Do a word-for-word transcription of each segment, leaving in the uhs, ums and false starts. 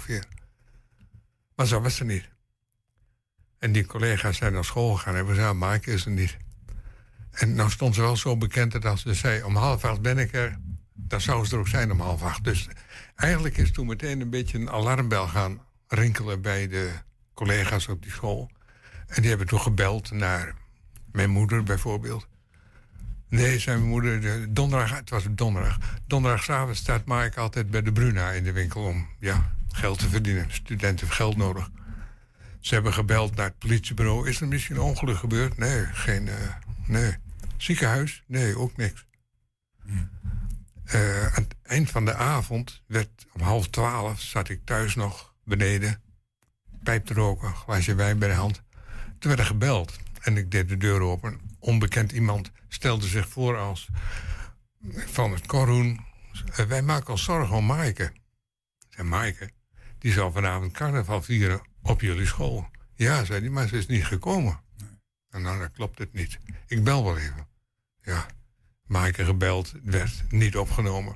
ongeveer. Maar zo was ze niet. En die collega's zijn naar school gegaan en hebben gezegd, Maaike is er niet. En nou stond ze wel zo bekend dat als ze zei, om half acht ben ik er, dan zou ze er ook zijn om half acht. Dus eigenlijk is toen meteen een beetje een alarmbel gaan rinkelen bij de collega's op die school. En die hebben toen gebeld naar mijn moeder bijvoorbeeld. Nee, zei mijn moeder, de donderdag, het was een donderdag. Donderdagavond staat Maaike altijd bij de Bruna in de winkel om ja, geld te verdienen. Studenten hebben geld nodig. Ze hebben gebeld naar het politiebureau. Is er misschien een ongeluk gebeurd? Nee, geen... Uh, nee. Ziekenhuis? Nee, ook niks. Hmm. Uh, aan het eind van de avond werd om half twaalf... zat ik thuis nog beneden. Pijp te roken, glaasje wijn bij de hand. Toen werd er gebeld. En ik deed de deur open. Onbekend iemand stelde zich voor als... van het Korhoen. Uh, wij maken ons zorgen om Maaike. Ik zei, Maaike, die zal vanavond carnaval vieren... op jullie school. Ja, zei hij, maar ze is niet gekomen. Nee. En nou, dan klopt het niet. Ik bel wel even. Ja, Maaike gebeld, werd niet opgenomen.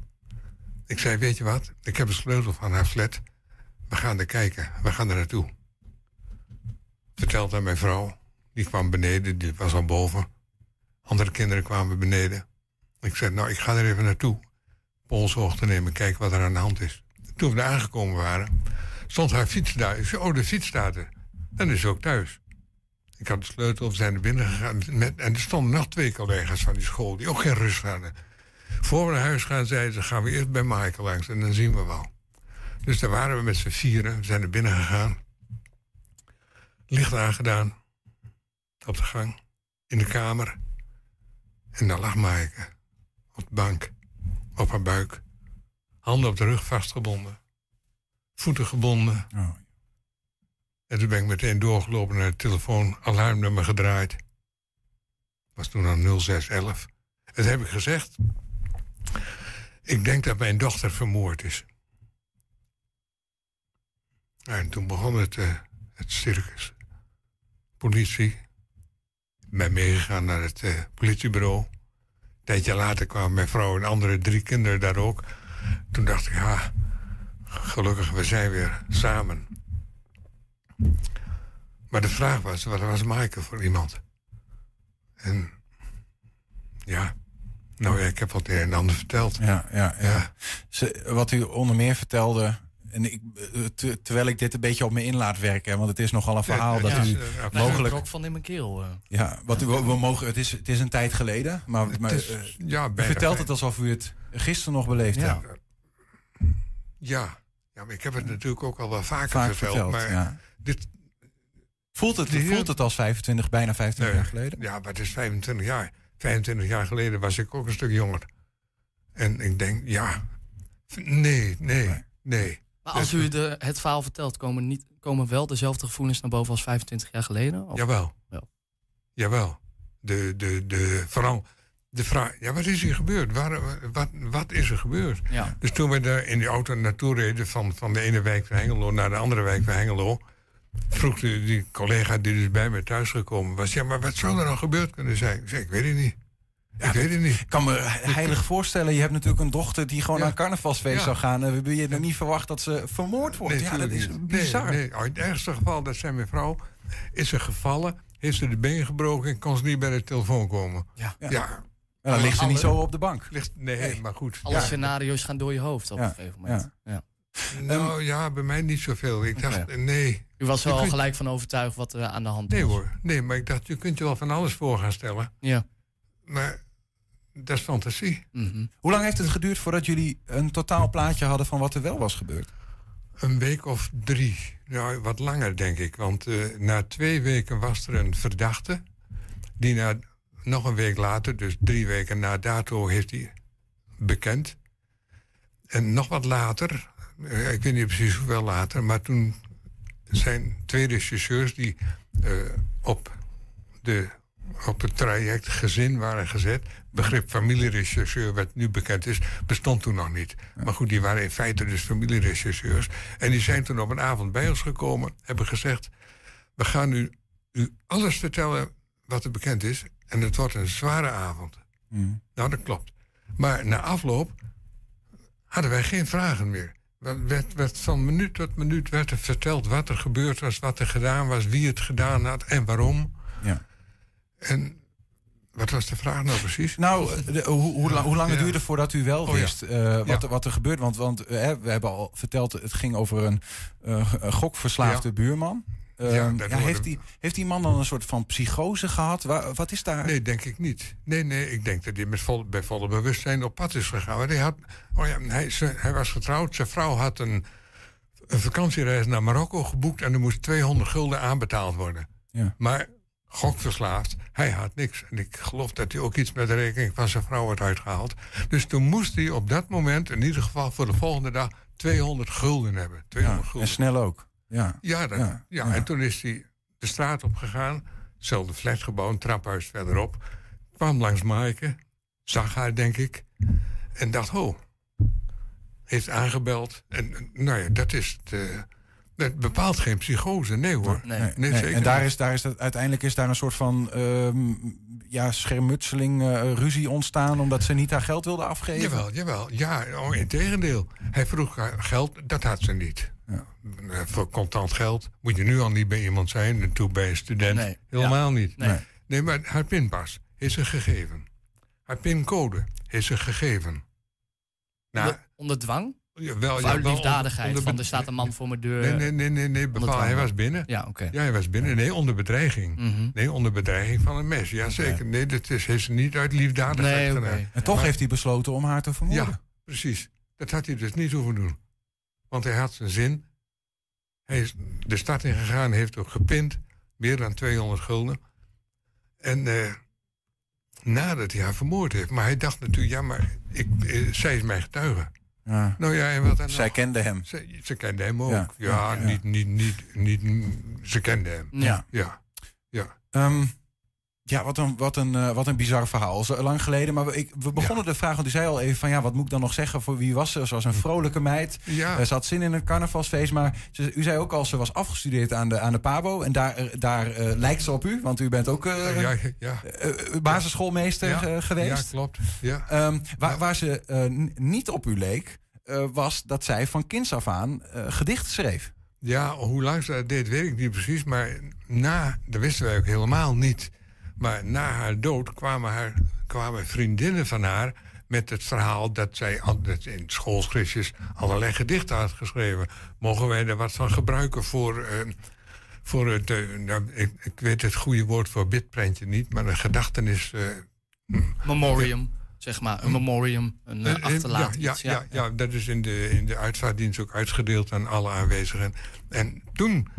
Ik zei, weet je wat? Ik heb een sleutel van haar flat. We gaan er kijken. We gaan er naartoe. Vertelde aan mijn vrouw. Die kwam beneden, die was al boven. Andere kinderen kwamen beneden. Ik zei, nou, ik ga er even naartoe. Polshoog te nemen, kijken wat er aan de hand is. Toen we er aangekomen waren... stond haar fiets daar. Ik zei, oh, de fiets staat er. Dan is ze ook thuis. Ik had de sleutel, we zijn er binnen gegaan. Met, en er stonden nog twee collega's van die school... die ook geen rust hadden. Voor we naar huis gaan, zeiden ze... gaan we eerst bij Maaike langs en dan zien we wel. Dus daar waren we met z'n vieren. We zijn er binnen gegaan. Licht aangedaan. Op de gang. In de kamer. En daar lag Maaike. Op de bank. Op haar buik. Handen op de rug vastgebonden. Voeten gebonden. Oh. En toen ben ik meteen doorgelopen naar de telefoon, alarmnummer gedraaid. Was toen al nul zes elf. En toen heb ik gezegd, ik denk dat mijn dochter vermoord is. En toen begon het, uh, het circus. Politie. Ik ben meegegaan naar het uh, politiebureau. Een tijdje later kwamen mijn vrouw en andere drie kinderen daar ook. Toen dacht ik, ja... gelukkig, we zijn weer samen. Maar de vraag was, wat was Maaike voor iemand? En ja, nou ja, ik heb wat een en ander verteld. Ja, ja, ja. ja. Ze, wat u onder meer vertelde... en ik, te, terwijl ik dit een beetje op me in laat werken... want het is nogal een verhaal ja, dat ja, u ja, mogelijk... ook van in mijn keel. Uh. Ja, wat u, we mogen, het, is, het is een tijd geleden... maar, maar is, uh, ja, u vertelt bij. Het alsof u het gisteren nog beleefd ja. hebt. Ja. Ja, maar ik heb het natuurlijk ook al wel vaker Vaak verteld. verteld maar ja. dit, voelt, het, dit voelt het als vijfentwintig, bijna vijfentwintig nee, jaar geleden? Ja, maar het is vijfentwintig jaar. vijfentwintig jaar geleden was ik ook een stuk jonger. En ik denk, ja, nee, nee, nee. Maar als u de, het verhaal vertelt, komen, niet, komen wel dezelfde gevoelens naar boven als vijfentwintig jaar geleden? Of? Jawel. Wel. Jawel. De, de, de, vooral de vraag, ja, wat is hier gebeurd? Waar, wat, wat is er gebeurd? Ja. Dus toen we daar in die auto naartoe reden... van, van de ene wijk van Hengelo naar de andere wijk van Hengelo... vroeg de, die collega die dus bij me thuisgekomen was... ja, maar wat zou er nou gebeurd kunnen zijn? Ik zei, ik weet het niet. Ja, ik weet het niet. Ik kan me heilig voorstellen, je hebt natuurlijk een dochter... die gewoon ja. naar een carnavalsfeest ja. zou gaan... en we je er niet verwacht dat ze vermoord wordt. Nee, ja, dat is bizar. Nee, nee. In het ergste geval, dat zei mijn vrouw... is ze gevallen, heeft ze de been gebroken... en kon ze niet bij de telefoon komen. Ja, ja. ja. En dan ligt ze niet zo op de bank. Ligt, nee, nee, maar goed. Alle ja. scenario's gaan door je hoofd op ja. een gegeven moment. Ja. Ja. Nou ja, bij mij niet zoveel. Ik dacht, okay. nee. U was wel kunt... gelijk van overtuigd wat er aan de hand nee, was. Nee hoor, nee, maar ik dacht, je kunt je wel van alles voor gaan stellen. Ja. Maar dat is fantasie. Mm-hmm. Hoe lang heeft het geduurd voordat jullie een totaal plaatje hadden... van wat er wel was gebeurd? Een week of drie. Nou, wat langer denk ik. Want uh, na twee weken was er een verdachte... die na... nog een week later, dus drie weken na dato, heeft hij bekend. En nog wat later, ik weet niet precies hoeveel later... maar toen zijn twee rechercheurs die uh, op, de, op het traject gezin waren gezet... begrip familierechercheur, wat nu bekend is, bestond toen nog niet. Ja. Maar goed, die waren in feite dus familierechercheurs. En die zijn toen op een avond bij ons gekomen, hebben gezegd... we gaan u, u alles vertellen wat er bekend is... en het wordt een zware avond. Mm. Nou, dat klopt. Maar na afloop hadden wij geen vragen meer. werd, werd van minuut tot minuut werd er verteld wat er gebeurd was, wat er gedaan was, wie het gedaan had en waarom. Ja. En wat was de vraag nou precies? Nou, de, hoe, hoe, lang, hoe lang het Ja. duurde voordat u wel Oh, wist uh, wat, Ja. wat er gebeurt? Want, want uh, we hebben al verteld, het ging over een, uh, een gokverslaafde Ja. buurman. Uh, Ja, ja, dat heeft, hoorde- die, heeft die man dan een soort van psychose gehad? Wa- wat is daar? Nee, denk ik niet. Nee, nee, ik denk dat hij met vol, bij volle bewustzijn op pad is gegaan. Want hij, had, oh ja, hij, ze, hij was getrouwd. Zijn vrouw had een, een vakantiereis naar Marokko geboekt en er moest tweehonderd gulden aanbetaald worden. Ja. Maar gokverslaafd, hij had niks. En ik geloof dat hij ook iets met de rekening van zijn vrouw had uitgehaald. Dus toen moest hij op dat moment, in ieder geval voor de volgende dag, tweehonderd gulden hebben. tweehonderd Ja, gulden. en snel ook. Ja. Ja, dat, Ja, ja, ja. en toen is hij de straat op gegaan. Hetzelfde flatgebouw, een traphuis verderop. Kwam langs Maaike, zag haar, denk ik. En dacht, oh, heeft aangebeld. En eh, nou ja, dat is het. eh, dat bepaalt geen psychose, nee hoor. Nee. Nee, Nee, nee. zeker En daar niet. is, daar is dat, uiteindelijk is daar een soort van ehm, ja, schermutseling, uh, ruzie ontstaan omdat ze niet haar geld wilde afgeven. Jawel, jawel. Ja, oh, integendeel. Hij vroeg haar geld, dat had ze niet. Ja. Eh, Voor contant geld moet je nu al niet bij iemand zijn. En toen bij een student Nee, helemaal niet. Nee. Nee. Nee, maar haar pinpas is ze gegeven. Haar pincode is ze gegeven. Nou, Onder, onder dwang? jawel, Of ja, uit wel liefdadigheid? onder van be- er staat een man voor mijn deur. Nee, nee, nee, nee, nee bepaal. dwang. Hij was binnen. Ja, oké. Ja, hij was binnen. Nee, onder bedreiging. Mhm. Nee, onder bedreiging van een mes. Ja, zeker. Nee, dat is, heeft ze niet uit liefdadigheid Nee, oké. gedaan. En toch Maar- heeft hij besloten om haar te vermoorden. Ja, precies. Dat had hij dus niet hoeven doen. Want hij had zijn zin. Hij is de stad in gegaan, heeft ook gepind. Meer dan tweehonderd gulden. En eh, nadat hij haar vermoord heeft. Maar hij dacht natuurlijk, ja, maar ik, eh, zij is mijn getuige. Ja. Nou ja, en wat dan Zij nog? kende hem. Ze, ze kende hem ook. Ja, Ja, ja, ja. Niet, niet, niet, niet, ze kende hem. Ja. Ja, ja. Ehm, ja, wat een, wat, een, uh, wat een bizar verhaal. Zo lang geleden. Maar we, ik, we begonnen de vraag, want u zei al even van ja, wat moet ik dan nog zeggen voor wie was ze? Ze was een vrolijke meid. Ja, Uh, ze had zin in een carnavalsfeest. Maar ze, u zei ook al, ze was afgestudeerd aan de, aan de Pabo. En daar, uh, daar uh, lijkt ze op u, want u bent ook uh, ja, ja. uh, basisschoolmeester Ja. uh, geweest. Ja, klopt. Ja. Um, waar, waar ze uh, n- niet op u leek, uh, was dat zij van kinds af aan uh, gedichten schreef. Ja, hoe lang ze dat deed, weet ik niet precies. Maar na, dat wisten wij ook helemaal niet. Maar na haar dood kwamen, haar, kwamen vriendinnen van haar met het verhaal dat zij altijd in schoolschriftjes allerlei gedichten had geschreven. Mogen wij er wat van gebruiken voor, uh, voor het, uh, nou, ik, ik weet het goede woord voor bidprentje niet, maar een gedachtenis. Uh, Memoriam, zeg maar. Een memoriam, een uh, Eh, eh, achterlaten. ja, iets, ja, ja, ja, dat is in de, in de uitvaartdienst ook uitgedeeld aan alle aanwezigen. En toen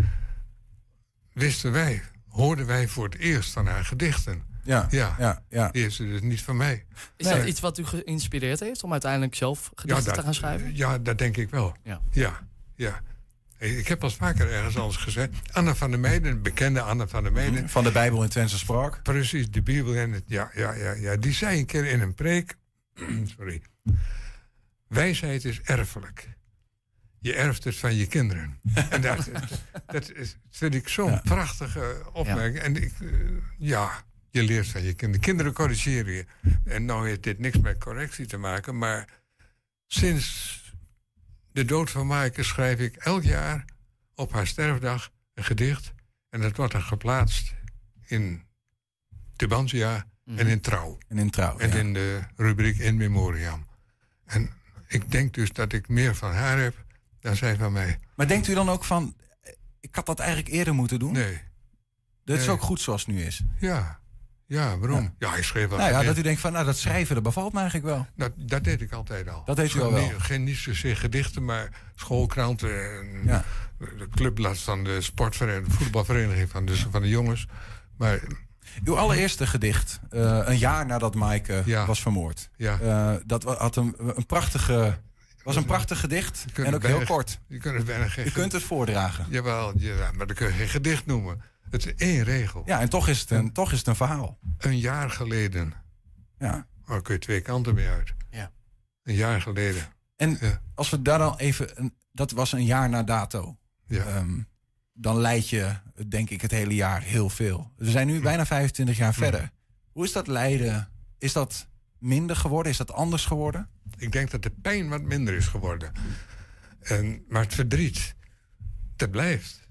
wisten wij, hoorden wij voor het eerst van haar gedichten. Ja, Ja, ja, ja. die heeft ze dus niet van mij. Is Nee. dat iets wat u geïnspireerd heeft om uiteindelijk zelf gedichten ja, te gaan schrijven? Ja, dat denk ik wel. Ja. Ja, ja. Ik heb al vaker ergens anders gezegd. Anna van der Meijden, de bekende Anna van der Meijden. Van de Bijbel in Twentse spraak. Precies, de Bijbel en het. Ja, ja, ja, ja. Die zei een keer in een preek. Sorry. Wijsheid is erfelijk. Je erft het van je kinderen. En dat, dat is, vind ik zo'n Ja. prachtige opmerking. En ik, uh, ja, je leert van je kinderen. Kinderen corrigeren je. En nou heeft dit niks met correctie te maken, maar sinds de dood van Maaike schrijf ik elk jaar op haar sterfdag een gedicht. En dat wordt dan geplaatst in Tubantia Mhm. en in Trouw. En in Trouw. En ja. in de rubriek In Memoriam. En ik denk dus dat ik meer van haar heb dan zij van mij. Maar denkt u dan ook van, eh, ik had dat eigenlijk eerder moeten doen? Nee. Dat is nee. ook goed zoals het nu is. Ja. Ja, waarom? Ja. Ja, ik schreef wel. Nou ja, gedicht. dat u denkt van, nou dat schrijven, dat bevalt me eigenlijk wel. Nou, dat deed ik altijd al. Dat deed u al wel. Geen, geen niet zozeer gedichten, maar schoolkranten. En Ja. de clubblad van de sportvereniging, de voetbalvereniging van de, van de jongens. Maar Uw allereerste gedicht, uh, een jaar nadat Maaike Ja. was vermoord. ja, Uh, dat wa- had een, een prachtige, was een prachtig gedicht kunt en het ook heel bijna- kort. je kunt het bijna geen. U kunt het voordragen. Jawel, ja, maar dan kun je geen gedicht noemen. Het is één regel. Ja, en toch is het een, toch is het een verhaal. Een jaar geleden. Ja. Oh, daar kun je twee kanten mee uit. Ja. Een jaar geleden. En Ja. als we daar dan even, een, dat was een jaar na dato. Ja. Um, dan leid je, denk ik, het hele jaar heel veel. We zijn nu bijna vijfentwintig jaar verder. Hoe is dat lijden? Is dat minder geworden? Is dat anders geworden? Ik denk dat de pijn wat minder is geworden. En, maar het verdriet, dat blijft.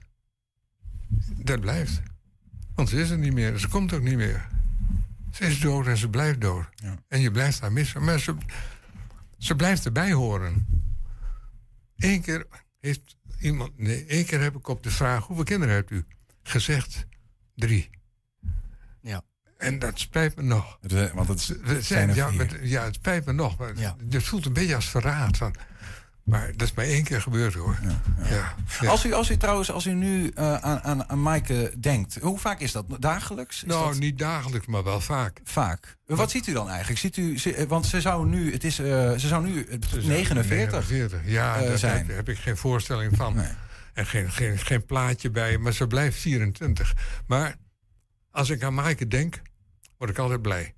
Dat blijft. Want ze is er niet meer. Ze komt ook niet meer. Ze is dood en ze blijft dood. Ja. En je blijft haar missen. Maar ze, ze blijft erbij horen. Eén keer heeft iemand... Nee, één keer heb ik op de vraag... Hoeveel kinderen hebt u? Gezegd drie. Ja. En dat spijt me nog. Het, want het zijn, zijn er ja, vier. met, ja, het spijt me nog. Maar Ja. het voelt een beetje als verraad. Van, maar dat is maar één keer gebeurd, hoor. Ja, ja. Ja, ja. Als, u, als u trouwens, als u nu uh, aan, aan, aan Maaike denkt... Hoe vaak is dat? Dagelijks? Is Nou, dat... niet dagelijks, maar wel vaak. Vaak. Wat, Wat ziet u dan eigenlijk? Ziet u, ze, want ze zou nu, het is, uh, ze zou nu Ze negenenveertig, negenenveertig. Ja, uh, daar zijn. heb, heb ik geen voorstelling van. Nee. En geen, geen, geen plaatje bij, maar ze blijft vierentwintig. Maar als ik aan Maaike denk, word ik altijd blij.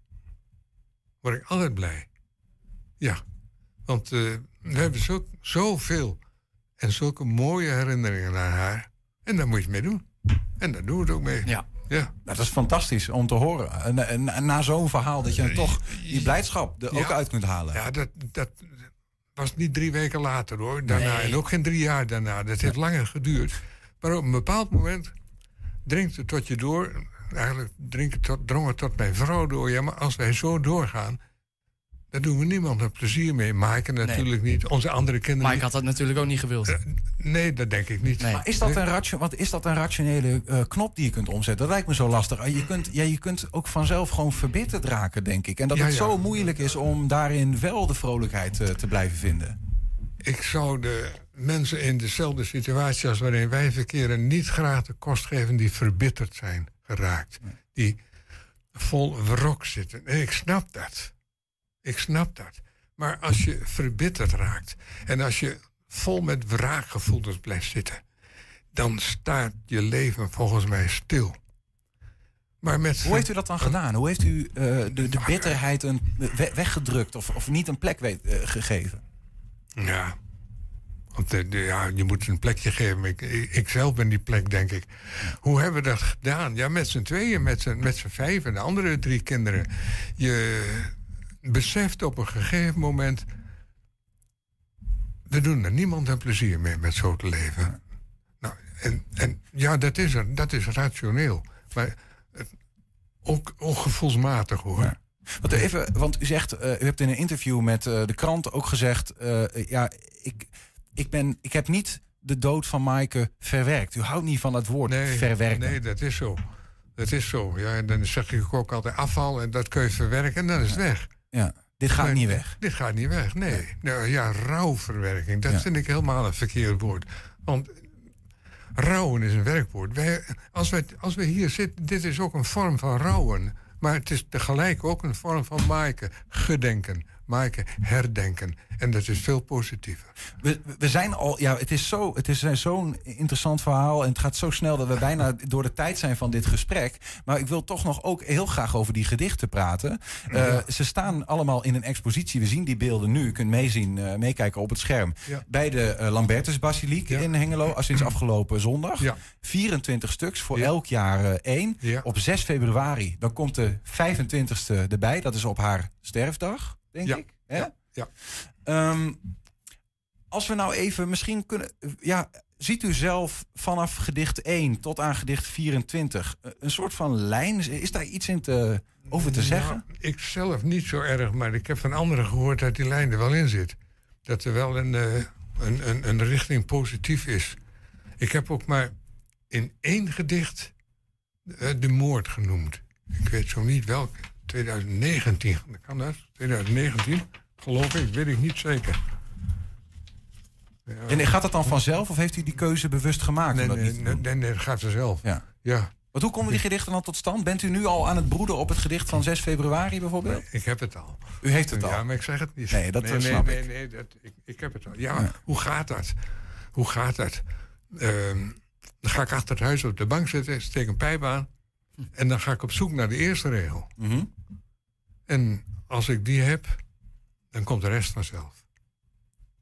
Word ik altijd blij. Ja, want uh, we hebben zo, zoveel en zulke mooie herinneringen aan haar. En daar moet je het mee doen. En daar doen we het ook mee. Ja. Ja. Dat is fantastisch om te horen. Na, na, na zo'n verhaal dat je dan toch die blijdschap er ook Ja. uit kunt halen. Ja, dat, dat was niet drie weken later, hoor. Daarna, Nee. en ook geen drie jaar daarna. Dat heeft langer geduurd. Maar op een bepaald moment dringt het tot je door. Eigenlijk dringt het tot, drong het tot mijn vrouw door. Ja, maar als wij zo doorgaan, dan doen we niemand een plezier mee. Maaike natuurlijk niet. Onze andere kinderen Maar ik niet. had dat natuurlijk ook niet gewild. Uh, nee, dat denk ik niet. Nee. Maar is dat een, ratio, want is dat een rationele uh, knop die je kunt omzetten? Dat lijkt me zo lastig. Je kunt, ja, je kunt ook vanzelf gewoon verbitterd raken, denk ik. En dat Ja, het ja. zo moeilijk is om daarin wel de vrolijkheid uh, te blijven vinden. Ik zou de mensen in dezelfde situatie als waarin wij verkeren niet graag de kost geven die verbitterd zijn geraakt. Nee. Die vol wrok zitten. En ik snap dat. Ik snap dat. Maar als je verbitterd raakt en als je vol met wraakgevoelens blijft zitten, dan staat je leven volgens mij stil. Maar met Hoe heeft u dat dan gedaan? Hoe heeft u uh, de, de bitterheid een, we, weggedrukt of, of niet een plek weet, uh, gegeven? Ja. Want de, de, ja, je moet een plekje geven. Ik, ik zelf ben die plek, denk ik. Hoe hebben we dat gedaan? Ja, met z'n tweeën, met z'n, met z'n vijf en de andere drie kinderen. Je beseft op een gegeven moment, we doen er niemand een plezier mee met zo te leven. Nou, en, en ja, dat is, er, dat is rationeel. Maar het, ook, ook gevoelsmatig, hoor. Ja. Want, even, want u zegt, uh, u hebt in een interview met uh, de krant ook gezegd, uh, ja, ik, ik, ben, ik heb niet de dood van Maaike verwerkt. U houdt niet van het woord nee, verwerken. Nee, dat is zo. Dat is zo. Ja, en dan zeg ik ook altijd afval en dat kun je verwerken en dan is het ja. weg. Ja, dit gaat maar, niet weg. Dit gaat niet weg, nee. nee. Nou, ja, rouwverwerking, dat ja. vind ik helemaal een verkeerd woord. Want rouwen is een werkwoord. Wij, als, wij, als we hier zitten, dit is ook een vorm van rouwen. Maar het is tegelijk ook een vorm van Maaike. Gedenken, Maaike herdenken. En dat is veel positiever. We, we zijn al, ja, het is zo, het is zo'n interessant verhaal. En het gaat zo snel dat we bijna door de tijd zijn van dit gesprek. Maar ik wil toch nog ook heel graag over die gedichten praten. Uh, ja. Ze staan allemaal in een expositie. We zien die beelden nu. U kunt meezien, uh, meekijken op het scherm. Ja. Bij de uh, Lambertusbasiliek ja. in Hengelo. Als sinds afgelopen zondag. Ja. vierentwintig stuks voor ja. elk jaar uh, één. Ja. Op zes februari. Dan komt de vijfentwintigste erbij. Dat is op haar sterfdag, denk ja. ik. Hè? Ja. Ja. Um, als we nou even misschien kunnen... Ja, ziet u zelf vanaf gedicht één tot aan gedicht vierentwintig... een soort van lijn? Is daar iets in te, over te zeggen? Nou, ik zelf niet zo erg, maar ik heb van anderen gehoord dat die lijn er wel in zit. Dat er wel een, uh, een, een, een richting positief is. Ik heb ook maar in één gedicht uh, de moord genoemd. Ik weet zo niet welke. twintig negentien, kan dat? twintig negentien? Geloof ik, weet ik niet zeker. Ja. En gaat dat dan vanzelf of heeft u die keuze bewust gemaakt? Nee, om dat nee, niet te nee, doen? nee, nee, dat gaat vanzelf. Ja. Ja. Want hoe komen die gedichten dan tot stand? Bent u nu al aan het broeden op het gedicht van zes februari bijvoorbeeld? Nee, ik heb het al. U heeft het al? Ja, maar ik zeg het niet. Nee, dat nee, snap nee, ik. Nee, nee, dat, ik, ik heb het al. Ja, ja. Hoe gaat dat? Hoe gaat dat? Um, dan ga ik achter het huis op de bank zitten, steek een pijp aan... en dan ga ik op zoek naar de eerste regel. Mm-hmm. En als ik die heb, dan komt de rest vanzelf.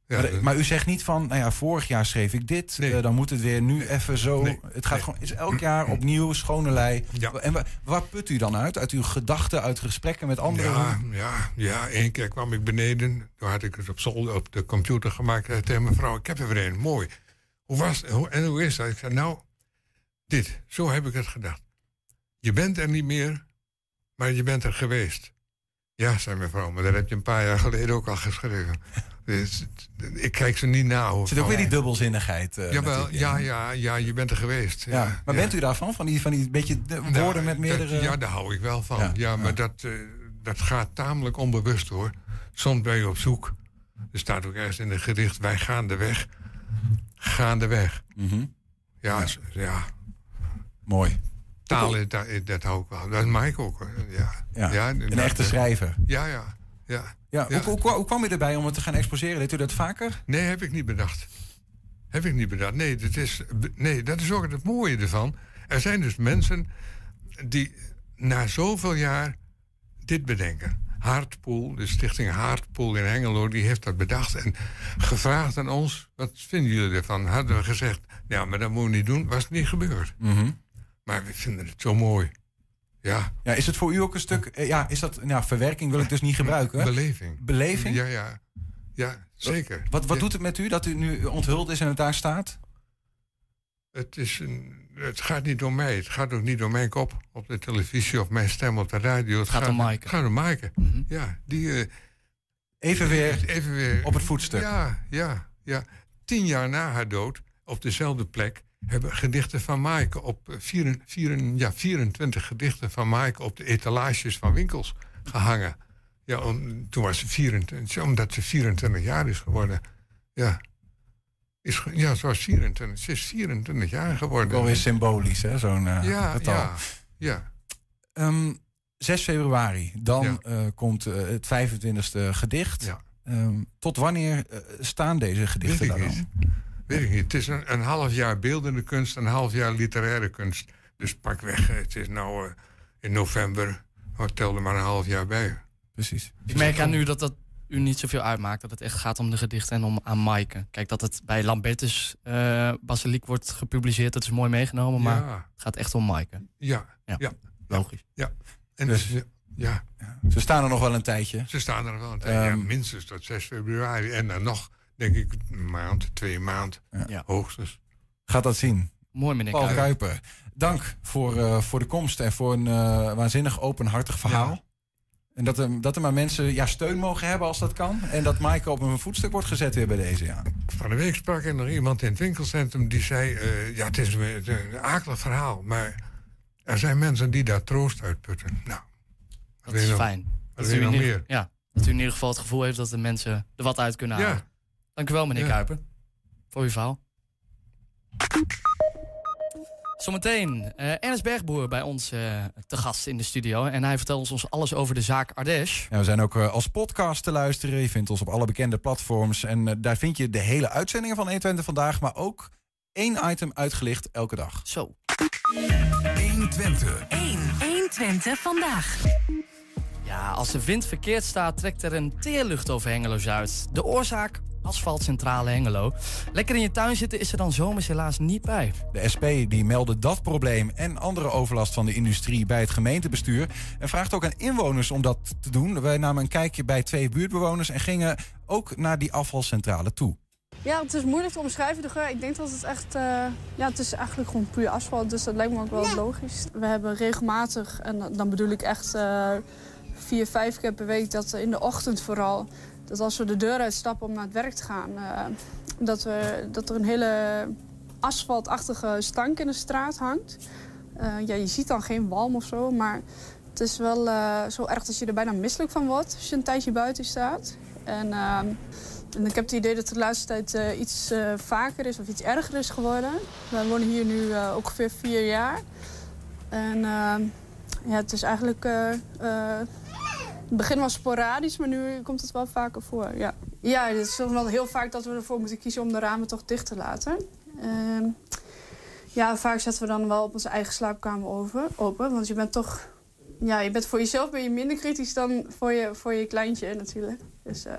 Ja, maar, maar u zegt niet van, nou ja, vorig jaar schreef ik dit, Nee. uh, dan moet het weer nu even zo. Nee. Het gaat Nee. gewoon, is elk jaar opnieuw, schone lei. Ja. En waar, waar put u dan uit? Uit uw gedachten, uit gesprekken met anderen? Ja, ja, ja, één keer kwam ik beneden. Toen had ik het op zolder op de computer gemaakt. En tegen mijn vrouw, ik heb er weer een, mooi. Hoe was het? Hoe, en hoe is dat? Ik zei, nou, dit, zo heb ik het gedacht. Je bent er niet meer, maar je bent er geweest. Ja, zei mijn vrouw, maar dat heb je een paar jaar geleden ook al geschreven. Dus, ik kijk ze niet na. Hoor, Er zit ook van- weer die dubbelzinnigheid. Uh, Jawel, ja, ja, ja, je bent er geweest. Ja, Ja, maar ja. bent u daarvan? Van die, van die beetje de Nou, woorden met meerdere... dat- ja, daar hou ik wel van. Ja, Ja, maar ja. Dat, uh, dat gaat tamelijk onbewust hoor. Soms ben je op zoek. Er staat ook ergens in het gedicht, wij gaan de weg. Gaan de weg. Mm-hmm. Ja, ja. ja. Mooi. Taal, dat, dat hou ik wel. Dat maak ik ook hoor. Ja. Ja. Ja, Een dat- echte schrijver. Ja, ja. ja. Ja, Ja. Hoe, hoe, hoe kwam u erbij om het te gaan exposeren? Deed u dat vaker? Nee, heb ik niet bedacht. Heb ik niet bedacht. Nee, dat is, nee, dat is ook het mooie ervan. Er zijn dus mensen die na zoveel jaar dit bedenken. Haardpoel, de stichting Haardpoel in Hengelo, die heeft dat bedacht en gevraagd aan ons, wat vinden jullie ervan? Hadden we gezegd, ja, maar dat moeten we niet doen, was het niet gebeurd. Mm-hmm. Maar we vinden het zo mooi. Ja, Ja, is het voor u ook een stuk... eh, Ja, is dat... Nou, verwerking wil ik dus niet gebruiken. beleving. Beleving? Ja, ja. Ja, zeker. Wat, wat Ja. doet het met u dat u nu onthuld is en het daar staat? Het, is een, het gaat niet door mij. Het gaat ook niet door mijn kop op de televisie of mijn stem op de radio. Het gaat om Maaike. Het gaat om Maaike. Mhm. Ja, die... eh, Even weer even weer op het voetstuk. Ja, ja, ja. Tien jaar na haar dood, op dezelfde plek, hebben gedichten van Maaike op... Vier, vier, ja, vierentwintig gedichten van Maaike op de etalages van winkels gehangen. Ja, om, toen was ze vierentwintig, omdat ze vierentwintig jaar is geworden. Ja. Is, ge- ja, ze was vierentwintig. Ze is vierentwintig jaar geworden. Wel weer symbolisch, hè, zo'n uh, ja, getal. ja, ja. Um, zes februari, dan Ja. uh, komt uh, het vijfentwintigste gedicht. Ja. Um, tot wanneer uh, staan deze gedichten Weet ik daar niet. dan? Weet ik niet. Het is een, een half jaar beeldende kunst, een half jaar literaire kunst. Dus pak weg. Het is nou uh, in november. Oh, tel er maar een half jaar bij. Precies. Ik merk aan u dat dat u niet zoveel uitmaakt. Dat het echt gaat om de gedichten en om aan Maaike. Kijk, dat het bij Lambertus uh, Basiliek wordt gepubliceerd. Dat is mooi meegenomen, maar Ja, het gaat echt om Maaike. ja, Ja. ja. Logisch. En Dus- dus, ja, Ja. Ze staan er nog wel een tijdje. ze staan er wel een tijd. Ehm. ja, minstens tot zes februari. En dan nog, denk ik, een maand, twee maand. Ja. Ja. Hoogstens. Gaat dat zien. Mooi, meneer Paul Kuiper. Kuiper, dank voor, uh, voor de komst en voor een uh, waanzinnig openhartig verhaal. Ja. En dat er, dat er maar mensen ja, steun mogen hebben als dat kan. En dat Maaike op een voetstuk wordt gezet weer bij deze. Ja. Van de week sprak er nog iemand in het winkelcentrum die zei... Uh, ja, het is een, het is een akelig verhaal, maar er zijn mensen die daar troost uitputten. Nou, Dat is fijn. Wat Dat wil je u in nog ieder- meer? Ja, dat u in ieder geval het gevoel heeft dat de mensen er wat uit kunnen halen. Ja, Dank u wel, meneer Ja. Kuiper, voor uw verhaal. Zometeen uh, Ernest Bergboer bij ons uh, te gast in de studio. En hij vertelt ons alles over de zaak Ardèche. Ja, we zijn ook uh, als podcast te luisteren. Je vindt ons op alle bekende platforms. En uh, daar vind je de hele uitzendingen van honderdtwintig vandaag. Maar ook één item uitgelicht elke dag. Zo. honderdtwintig. honderdtwintig vandaag. Ja, als de wind verkeerd staat, trekt er een teerlucht over Hengelo-Zuid. De oorzaak? Asfaltcentrale Hengelo. Lekker in je tuin zitten is er dan zomers helaas niet bij. De S P die meldde dat probleem en andere overlast van de industrie bij het gemeentebestuur. En vraagt ook aan inwoners om dat te doen. Wij namen een kijkje bij twee buurtbewoners en gingen ook naar die afvalcentrale toe. Ja, het is moeilijk te omschrijven, de geur. Ik denk dat het echt... Uh, ja, het is eigenlijk gewoon puur asfalt, dus dat lijkt me ook wel logisch. We hebben regelmatig, en dan bedoel ik echt uh, vier, vijf keer per week... dat in de ochtend vooral, dat als we de deur uitstappen om naar het werk te gaan... Uh, dat, we, dat er een hele asfaltachtige stank in de straat hangt. Uh, ja, je ziet dan geen walm of zo, maar het is wel uh, zo erg dat je er bijna misselijk van wordt... als je een tijdje buiten staat. En... Uh, En ik heb het idee dat het de laatste tijd uh, iets uh, vaker is of iets erger is geworden. Wij wonen hier nu uh, ongeveer vier jaar. En uh, ja, het is eigenlijk... Uh, uh, het begin was sporadisch, maar nu komt het wel vaker voor. Ja, ja het is toch wel heel vaak dat we ervoor moeten kiezen om de ramen toch dicht te laten. Uh, ja, vaak zetten we dan wel op onze eigen slaapkamer over, open. Want je bent toch... Ja, je bent voor jezelf ben je minder kritisch dan voor je, voor je kleintje natuurlijk. Dus... Uh,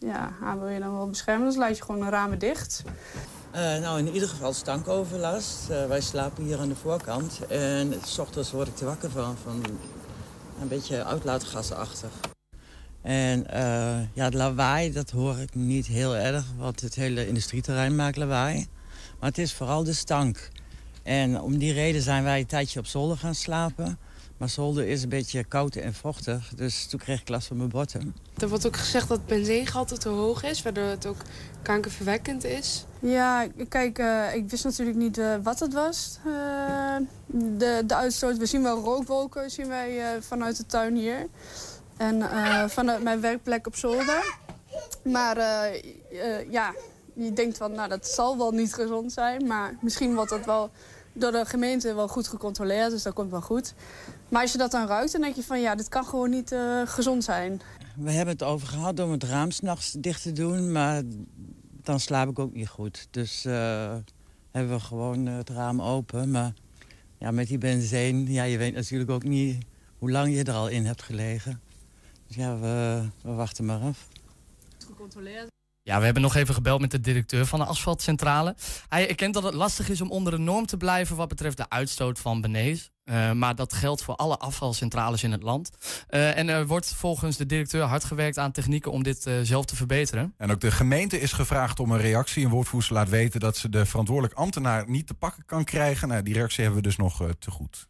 ja, haar wil je dan wel beschermen. Dus laat je gewoon de ramen dicht. Uh, nou, in ieder geval stankoverlast. Uh, wij slapen hier aan de voorkant. En 's ochtends word ik te wakker van, van een beetje uitlaatgasachtig. En uh, ja, het lawaai, dat hoor ik niet heel erg, want het hele industrieterrein maakt lawaai. Maar het is vooral de stank. En om die reden zijn wij een tijdje op zolder gaan slapen. Maar zolder is een beetje koud en vochtig, dus toen kreeg ik last van mijn botten. Er wordt ook gezegd dat het benzenegehalte te hoog is, waardoor het ook kankerverwekkend is. Ja, kijk, uh, ik wist natuurlijk niet uh, wat het was. Uh, de, de uitstoot, we zien wel rookwolken zien wij, uh, vanuit de tuin hier. En uh, vanuit mijn werkplek op zolder. Maar uh, uh, ja, je denkt van, nou, dat zal wel niet gezond zijn. Maar misschien wordt dat wel door de gemeente wel goed gecontroleerd, dus dat komt wel goed. Maar als je dat dan ruikt, dan denk je van, ja, dit kan gewoon niet uh, gezond zijn. We hebben het over gehad om het raam 's nachts dicht te doen, maar dan slaap ik ook niet goed. Dus uh, hebben we gewoon uh, het raam open. Maar ja, met die benzine, ja, je weet natuurlijk ook niet hoe lang je er al in hebt gelegen. Dus ja, we, we wachten maar af. Gecontroleerd. Ja, we hebben nog even gebeld met de directeur van de asfaltcentrale. Hij erkent dat het lastig is om onder de norm te blijven wat betreft de uitstoot van benees. Uh, maar dat geldt voor alle afvalcentrales in het land. Uh, en er wordt volgens de directeur hard gewerkt aan technieken om dit uh, zelf te verbeteren. En ook de gemeente is gevraagd om een reactie. Een woordvoerster laat weten dat ze de verantwoordelijk ambtenaar niet te pakken kan krijgen. Nou, die reactie hebben we dus nog uh, te goed.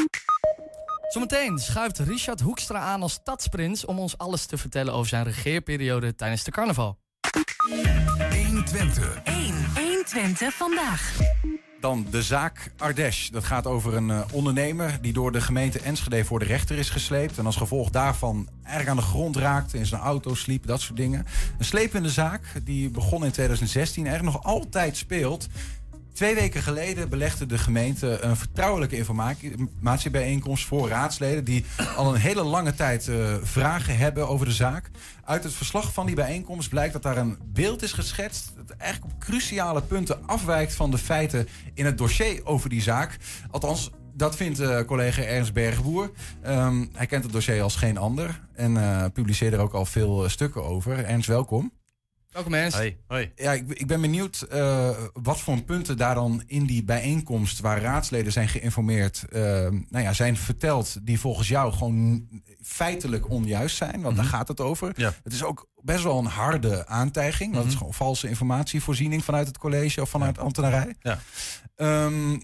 Zometeen schuift Richard Hoekstra aan als stadsprins om ons alles te vertellen over zijn regeerperiode tijdens de carnaval. honderdtwintig. honderdtwintig vandaag. Dan de zaak Ardèche. Dat gaat over een uh, ondernemer die door de gemeente Enschede voor de rechter is gesleept. En als gevolg daarvan eigenlijk aan de grond raakte, in zijn auto sliep, dat soort dingen. Een slepende zaak die begon in tweeduizend zestien en eigenlijk nog altijd speelt. Twee weken geleden belegde de gemeente een vertrouwelijke informatiebijeenkomst voor raadsleden die al een hele lange tijd uh, vragen hebben over de zaak. Uit het verslag van die bijeenkomst blijkt dat daar een beeld is geschetst dat eigenlijk op cruciale punten afwijkt van de feiten in het dossier over die zaak. Althans, dat vindt uh, collega Ernst Bergboer. Um, hij kent het dossier als geen ander en uh, publiceert er ook al veel uh, stukken over. Ernst, welkom. Welkom Ernst. Hoi, hoi. Ja, ik, ik ben benieuwd uh, wat voor punten daar dan in die bijeenkomst waar raadsleden zijn geïnformeerd, uh, nou ja, zijn verteld die volgens jou gewoon feitelijk onjuist zijn. Want mm-hmm. daar gaat het over. Ja. Het is ook best wel een harde aantijging. Want mm-hmm. het is gewoon valse informatievoorziening vanuit het college of vanuit ja. ambtenarij. Ja. Um,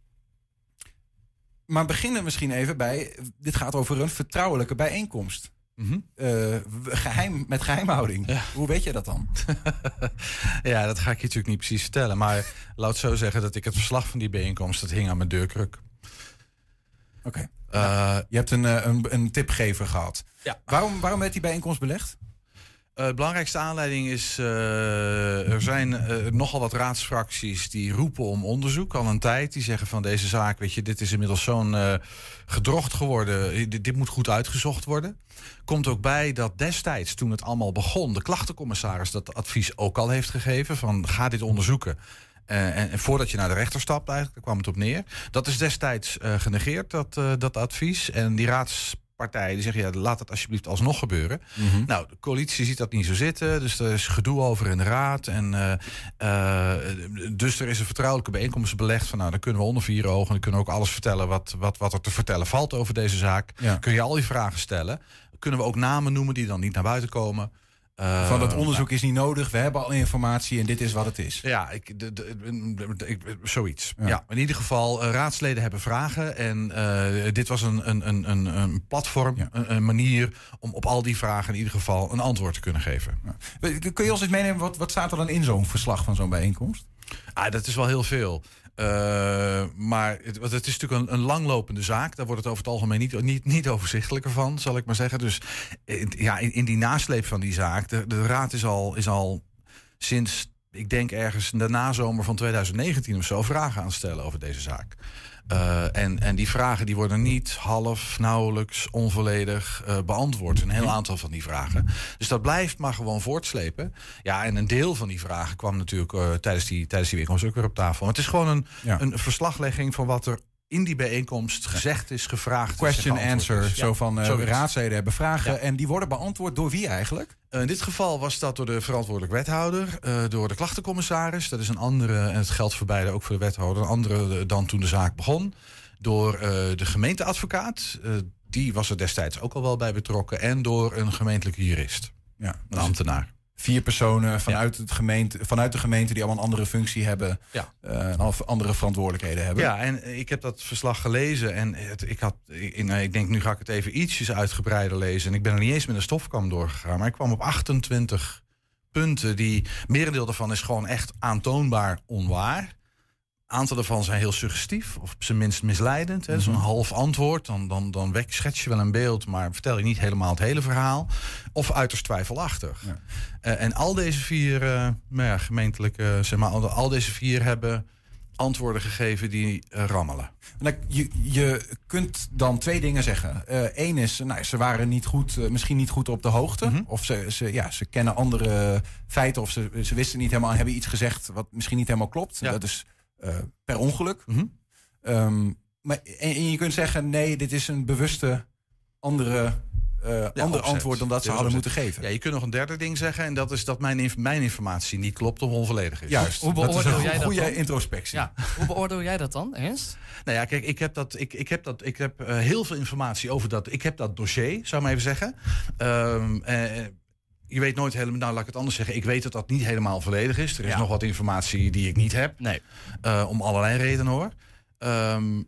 maar beginnen misschien even bij, dit gaat over een vertrouwelijke bijeenkomst. Mm-hmm. Uh, geheim, met geheimhouding. Ja. Hoe weet je dat dan? Ja, dat ga ik je natuurlijk niet precies vertellen. Maar laat zo zeggen dat ik het verslag van die bijeenkomst, dat hing aan mijn deurkruk. Oké. Okay. Uh, ja. Je hebt een, een, een tipgever gehad. Ja. Waarom, waarom werd die bijeenkomst belegd? Uh, de belangrijkste aanleiding is, uh, er zijn uh, nogal wat raadsfracties die roepen om onderzoek al een tijd. Die zeggen van deze zaak, weet je, dit is inmiddels zo'n uh, gedrocht geworden. Dit, dit moet goed uitgezocht worden. Komt ook bij dat destijds, toen het allemaal begon, de klachtencommissaris dat advies ook al heeft gegeven van ga dit onderzoeken. Uh, en, en voordat je naar de rechter stapt, eigenlijk, daar kwam het op neer. Dat is destijds uh, genegeerd, dat, uh, dat advies. En die raads partijen die zeggen, ja, laat het alsjeblieft alsnog gebeuren. Mm-hmm. Nou, de coalitie ziet dat niet zo zitten, dus er is gedoe over in de raad. En uh, uh, dus er is een vertrouwelijke bijeenkomst belegd van, nou, dan kunnen we onder vier ogen, dan kunnen we ook alles vertellen wat, wat, wat er te vertellen valt over deze zaak. Ja. Kun je al die vragen stellen. Kunnen we ook namen noemen die dan niet naar buiten komen. Uh, van dat onderzoek ja. is niet nodig, we hebben al informatie en dit is wat het is. Ja, ik, de, de, de, de, ik, zoiets. Ja. ja, in ieder geval, uh, raadsleden hebben vragen. En uh, dit was een, een, een, een, een platform, ja. een, een manier om op al die vragen in ieder geval een antwoord te kunnen geven. Ja. Kun je ons eens meenemen, wat, wat staat er dan in zo'n verslag van zo'n bijeenkomst? Ah, dat is wel heel veel. Uh, maar het, het is natuurlijk een, een langlopende zaak. Daar wordt het over het algemeen niet, niet, niet overzichtelijker van, zal ik maar zeggen. Dus ja, in, in die nasleep van die zaak, de, de raad is al, is al sinds, ik denk ergens de nazomer van tweeduizend negentien of zo, vragen aan het stellen over deze zaak. Uh, en, en die vragen die worden niet half, nauwelijks, onvolledig uh, beantwoord. Een heel aantal van die vragen. Dus dat blijft maar gewoon voortslepen. Ja, en een deel van die vragen kwam natuurlijk uh, tijdens die, tijdens die bijeenkomst ook weer op tafel. Maar het is gewoon een, ja. een verslaglegging van wat er in die bijeenkomst gezegd is, gevraagd Question is. Question answer, is. zo Ja, van uh, zoiets. raadsleden hebben vragen. Ja. En die worden beantwoord door wie eigenlijk? Uh, in dit geval was dat door de verantwoordelijk wethouder, uh, door de klachtencommissaris. Dat is een andere, en het geldt voor beide ook voor de wethouder, een andere dan toen de zaak begon. Door uh, de gemeenteadvocaat, uh, die was er destijds ook al wel bij betrokken. En door een gemeentelijke jurist, Ja, een ambtenaar. Vier personen vanuit, het gemeente, vanuit de gemeente die allemaal een andere functie hebben. Ja. Uh, en andere verantwoordelijkheden hebben. Ja, en ik heb dat verslag gelezen en het, ik had, ik, ik denk nu ga ik het even ietsjes uitgebreider lezen. En ik ben er niet eens met een stofkam doorgegaan, maar ik kwam op achtentwintig punten die, merendeel daarvan is gewoon echt aantoonbaar onwaar. Een aantal daarvan zijn heel suggestief, of op zijn minst misleidend. Hè. Zo'n half antwoord, dan, dan, dan wek, schets je wel een beeld, maar vertel je niet helemaal het hele verhaal. Of uiterst twijfelachtig. Ja. Uh, en al deze vier uh, nou ja, gemeentelijke, zeg maar, al, al deze vier hebben antwoorden gegeven die uh, rammelen. Nou, je, je kunt dan twee dingen zeggen. Eén uh, is, nou, ze waren niet goed, uh, misschien niet goed op de hoogte. Mm-hmm. Of ze, ze, ja, ze kennen andere feiten, of ze, ze wisten niet helemaal, hebben iets gezegd wat misschien niet helemaal klopt. Ja. Dat is Uh, per ongeluk. Mm-hmm. Um, maar, en, en je kunt zeggen, nee, dit is een bewuste andere, uh, ja, ander antwoord dan dat ze hadden moeten geven. Ja, je kunt nog een derde ding zeggen, en dat is dat mijn, inf- mijn informatie niet klopt of onvolledig is. Juist, hoe beoordeel dat is een jij goede dat dan? introspectie. Ja. Hoe beoordeel jij dat dan, Ernst? Nou ja, kijk, ik heb, dat, ik, ik heb, dat, ik heb uh, heel veel informatie over dat. Ik heb dat dossier, zou ik maar even zeggen. Um, uh, Je weet nooit helemaal, nou laat ik het anders zeggen. Ik weet dat dat niet helemaal volledig is. Er is ja. nog wat informatie die ik niet heb. Nee. Uh, om allerlei redenen hoor. Um,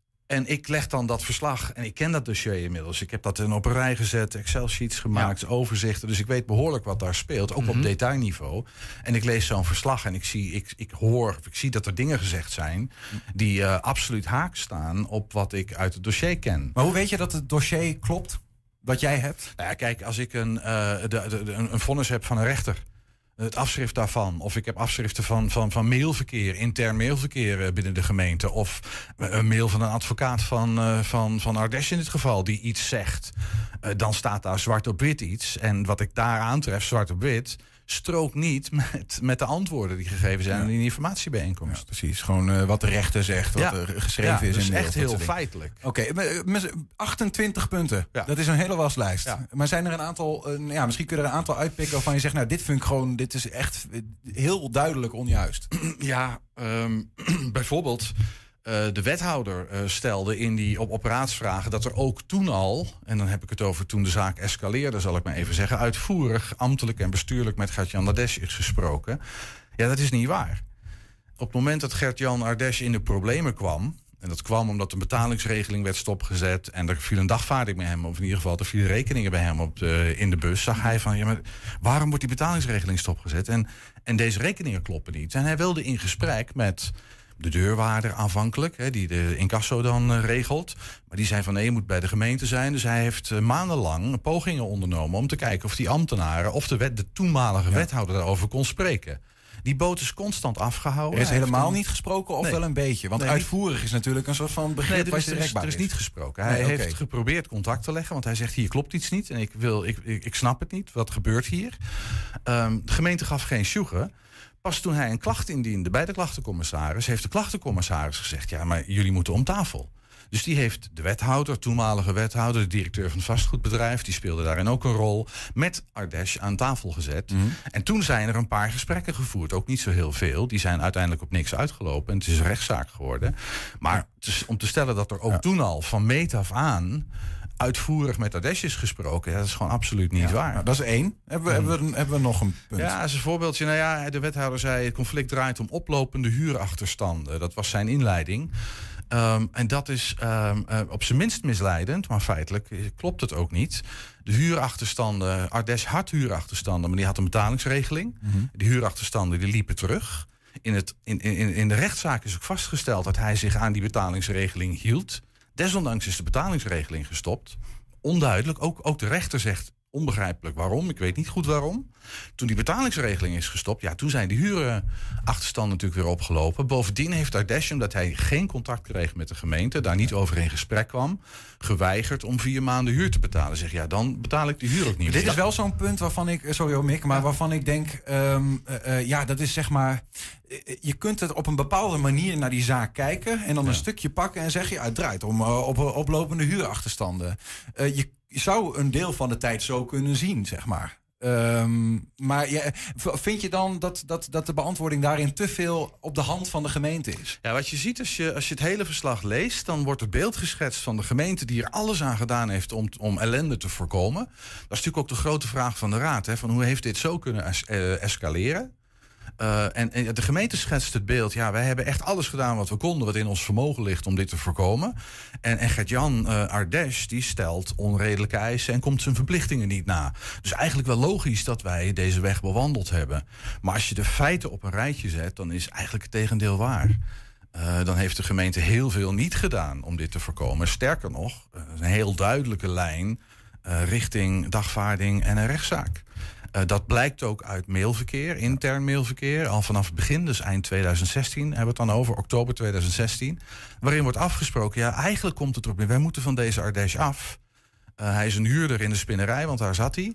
en ik leg dan dat verslag, en ik ken dat dossier inmiddels. Ik heb dat dan op een rij gezet, Excel-sheets gemaakt, ja. overzichten. Dus ik weet behoorlijk wat daar speelt, ook mm-hmm. op detailniveau. En ik lees zo'n verslag en ik zie, ik, ik hoor, of ik zie dat er dingen gezegd zijn die uh, absoluut haak staan op wat ik uit het dossier ken. Maar hoe weet je dat het dossier klopt? Wat jij hebt? Nou ja, kijk, als ik een, uh, de, de, de, een vonnis heb van een rechter, het afschrift daarvan, of ik heb afschriften van, van, van mailverkeer, intern mailverkeer binnen de gemeente, of een mail van een advocaat van, uh, van, van Ardèche in dit geval, die iets zegt, uh, dan staat daar zwart op wit iets. En wat ik daar aantref, zwart op wit, strookt niet met, met de antwoorden die gegeven zijn in ja. die informatiebijeenkomst. Ja, precies, gewoon uh, wat de rechter zegt, wat ja. er geschreven ja, is. Dus in echt heel feitelijk. Oké, okay, achtentwintig punten. Ja. Dat is een hele waslijst. Ja. Maar zijn er een aantal, uh, ja, misschien kun je er een aantal uitpikken waarvan je zegt, nou, dit vind ik gewoon, dit is echt heel duidelijk onjuist. Ja, um, bijvoorbeeld, Uh, de wethouder uh, stelde in die, op, op raadsvragen dat er ook toen al, en dan heb ik het over toen de zaak escaleerde, zal ik maar even zeggen, uitvoerig, ambtelijk en bestuurlijk met Gert-Jan Ardèche is gesproken. Ja, dat is niet waar. Op het moment dat Gert-Jan Ardèche in de problemen kwam, en dat kwam omdat een betalingsregeling werd stopgezet en er viel een dagvaarding bij hem, of in ieder geval er vielen rekeningen bij hem op de, in de bus, zag hij van, ja, maar waarom wordt die betalingsregeling stopgezet? En, en deze rekeningen kloppen niet. En hij wilde in gesprek met de deurwaarder aanvankelijk, hè, die de incasso dan uh, regelt. Maar die zei van nee, je moet bij de gemeente zijn. Dus hij heeft uh, maandenlang pogingen ondernomen om te kijken of die ambtenaren of de, wet, de toenmalige ja. wethouder daarover kon spreken. Die boot is constant afgehouden. Er is helemaal niet gesproken of nee. wel een beetje? Want nee, uitvoerig is natuurlijk een soort van begrip nee, er wat is, er is, er is niet gesproken. Hij nee, heeft okay. geprobeerd contact te leggen, want hij zegt hier klopt iets niet. En ik, wil, ik, ik, ik snap het niet. Wat gebeurt hier? Um, de gemeente gaf geen sjoegen. Pas toen hij een klacht indiende bij de klachtencommissaris, heeft de klachtencommissaris gezegd, ja, maar jullie moeten om tafel. Dus die heeft de wethouder, toenmalige wethouder, de directeur van het vastgoedbedrijf, die speelde daarin ook een rol, met Ardèche aan tafel gezet. Mm-hmm. En toen zijn er een paar gesprekken gevoerd, ook niet zo heel veel. Die zijn uiteindelijk op niks uitgelopen en het is een rechtszaak geworden. Maar om te stellen dat er ook ja. toen al van meet af aan uitvoerig met Ardèche is gesproken, ja, dat is gewoon absoluut niet ja, waar. Nou, dat is één. Hebben we, hmm. hebben, we, hebben we nog een punt? Ja, als een voorbeeldje. Nou ja, de wethouder zei, het conflict draait om oplopende huurachterstanden. Dat was zijn inleiding. Um, en dat is um, uh, op zijn minst misleidend, maar feitelijk klopt het ook niet. De huurachterstanden, Ardèche had huurachterstanden, maar die had een betalingsregeling. Mm-hmm. Die huurachterstanden die liepen terug. In, het, in, in, in de rechtszaak is ook vastgesteld dat hij zich aan die betalingsregeling hield. Desondanks is de betalingsregeling gestopt. Onduidelijk, ook, ook de rechter zegt Onbegrijpelijk waarom, ik weet niet goed waarom. Toen die betalingsregeling is gestopt, ja, toen zijn de hurenachterstanden natuurlijk weer opgelopen. Bovendien heeft Ardèche, omdat hij geen contact kreeg met de gemeente, daar niet over in gesprek kwam, geweigerd om vier maanden huur te betalen. Zeg, ja, dan betaal ik de huur ook niet. Dit is wel zo'n punt waarvan ik, sorry hoor Mick, maar waarvan ik denk, um, uh, uh, ja, dat is zeg maar, je kunt het op een bepaalde manier naar die zaak kijken en dan ja. een stukje pakken en zeggen, ja, het draait om uh, op, oplopende huurachterstanden. Uh, je Je zou een deel van de tijd zo kunnen zien, zeg maar. Um, maar ja, vind je dan dat, dat, dat de beantwoording daarin te veel op de hand van de gemeente is? Ja, wat je ziet als je, als je het hele verslag leest, dan wordt er beeld geschetst van de gemeente die er alles aan gedaan heeft om, om ellende te voorkomen. Dat is natuurlijk ook de grote vraag van de Raad. Hè, van hoe heeft dit zo kunnen es, uh, escaleren? Uh, en, en de gemeente schetst het beeld. Ja, wij hebben echt alles gedaan wat we konden, wat in ons vermogen ligt om dit te voorkomen. En, en Gert-Jan uh, Ardèche die stelt onredelijke eisen en komt zijn verplichtingen niet na. Dus eigenlijk wel logisch dat wij deze weg bewandeld hebben. Maar als je de feiten op een rijtje zet, dan is eigenlijk het tegendeel waar. Uh, dan heeft de gemeente heel veel niet gedaan om dit te voorkomen. Sterker nog, uh, een heel duidelijke lijn uh, richting dagvaarding en een rechtszaak. Uh, dat blijkt ook uit mailverkeer, intern mailverkeer, al vanaf het begin, dus eind tweeduizend zestien, hebben we het dan over, oktober tweeduizend zestien, waarin wordt afgesproken, ja, eigenlijk komt het erop neer, wij moeten van deze Ardèche af. Uh, hij is een huurder in de spinnerij, want daar zat hij.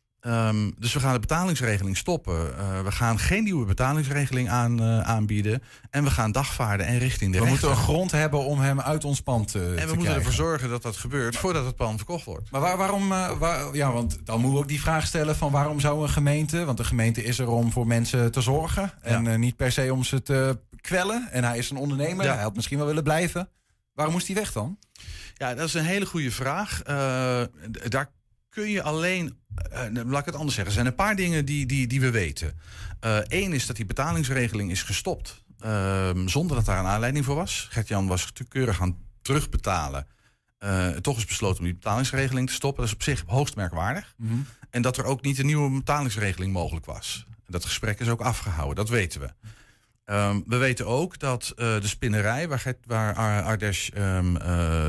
Um, dus we gaan de betalingsregeling stoppen. Uh, we gaan geen nieuwe betalingsregeling aan, uh, aanbieden. En we gaan dagvaarden en richting de We rechter. moeten een grond hebben om hem uit ons pand uh, te krijgen. En we moeten ervoor zorgen dat dat gebeurt voordat het pand verkocht wordt. Maar waar, waarom, uh, waar, ja, want dan moeten we ook die vraag stellen van waarom zou een gemeente, want de gemeente is er om voor mensen te zorgen. En ja. uh, niet per se om ze te kwellen. En hij is een ondernemer, ja. hij had misschien wel willen blijven. Waarom moest hij weg dan? Ja, dat is een hele goede vraag. Uh, daar kun je alleen, uh, laat ik het anders zeggen, er zijn een paar dingen die, die, die we weten. Eén uh, is dat die betalingsregeling is gestopt uh, zonder dat daar een aanleiding voor was. Gert-Jan was keurig aan terugbetalen. Uh, toch is besloten om die betalingsregeling te stoppen. Dat is op zich hoogst merkwaardig. Mm-hmm. En dat er ook niet een nieuwe betalingsregeling mogelijk was. Dat gesprek is ook afgehouden, dat weten we. Um, we weten ook dat uh, de spinnerij, waar, waar Ardèche um, uh,